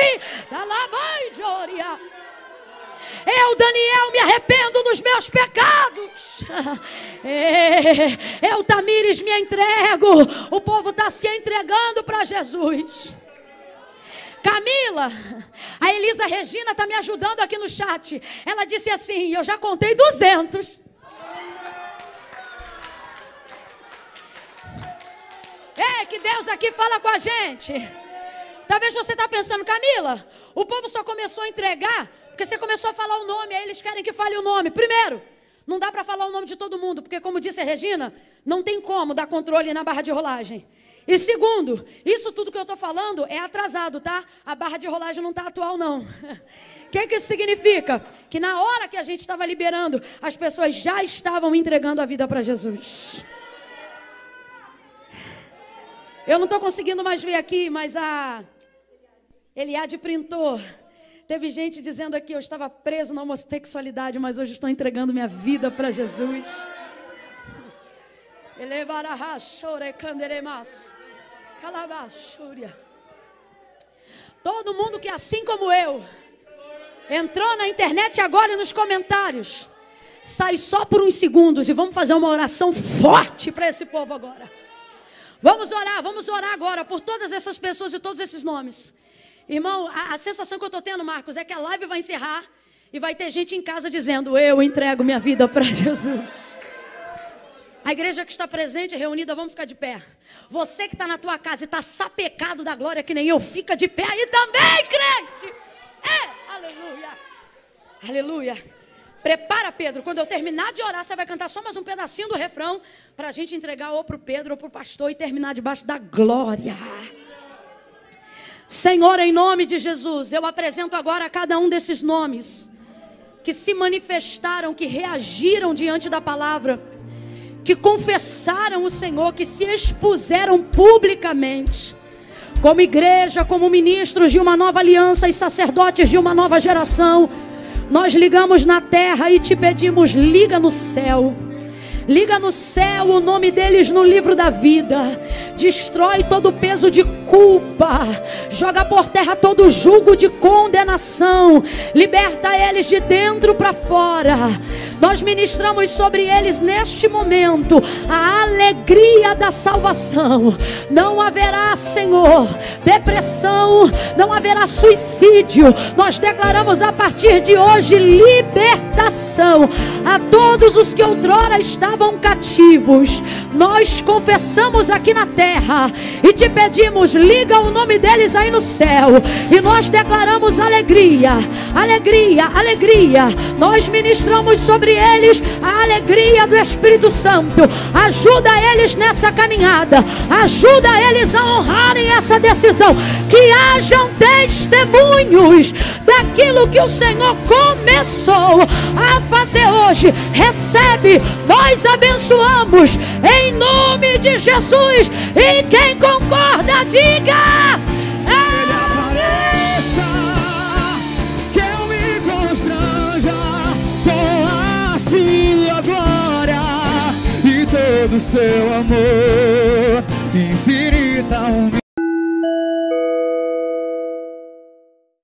A: Eu, Daniel, me arrependo dos meus pecados. Eu, Tamires, me entrego. O povo está se entregando para Jesus. Camila, a Elisa Regina está me ajudando aqui no chat. Ela disse assim: eu já contei 200. É que Deus aqui fala com a gente. Talvez você está pensando, Camila, o povo só começou a entregar porque você começou a falar o nome, aí eles querem que fale o nome. Primeiro, não dá para falar o nome de todo mundo, porque como disse a Regina, não tem como dar controle na barra de rolagem. E segundo, isso tudo que eu estou falando é atrasado, tá? A barra de rolagem não está atual, não. O que isso significa? Que na hora que a gente estava liberando, as pessoas já estavam entregando a vida para Jesus. Eu não estou conseguindo mais ver aqui, mas a Eliade printou. Teve gente dizendo aqui, eu estava preso na homossexualidade, mas hoje estou entregando minha vida para Jesus. Todo mundo que assim como eu entrou na internet agora e nos comentários, sai só por uns segundos e vamos fazer uma oração forte para esse povo agora. Vamos orar agora por todas essas pessoas e todos esses nomes. Irmão, a sensação que eu estou tendo, Marcos, é que a live vai encerrar e vai ter gente em casa dizendo, eu entrego minha vida para Jesus. A igreja que está presente, reunida, vamos ficar de pé. Você que está na tua casa e está sapecado da glória que nem eu, fica de pé aí também, crente. Aleluia. Aleluia. Prepara, Pedro, quando eu terminar de orar, você vai cantar só mais um pedacinho do refrão para a gente entregar ou para o Pedro ou para o pastor e terminar debaixo da glória. Senhor, em nome de Jesus, eu apresento agora a cada um desses nomes que se manifestaram, que reagiram diante da palavra, que confessaram o Senhor, que se expuseram publicamente, como igreja, como ministros de uma nova aliança e sacerdotes de uma nova geração. Nós ligamos na terra e te pedimos, liga no céu. Liga no céu o nome deles no livro da vida. Destrói todo o peso de culpa. Joga por terra todo o jugo de condenação. Liberta eles de dentro para fora. Nós ministramos sobre eles neste momento a alegria da salvação. Não haverá, Senhor, depressão. Não haverá suicídio. Nós declaramos a partir de hoje libertação a todos os que outrora estavam cativos. Nós confessamos aqui na terra e te pedimos, liga o nome deles aí no céu, e nós declaramos alegria, alegria, alegria. Nós ministramos sobre eles a alegria do Espírito Santo. Ajuda eles nessa caminhada, ajuda eles a honrarem essa decisão, que hajam testemunhos daquilo que o Senhor começou a fazer hoje. Recebe, nós abençoamos em nome de Jesus. E quem concorda, diga
B: apareça, que eu me constranja com a sua glória e todo o seu amor infinita.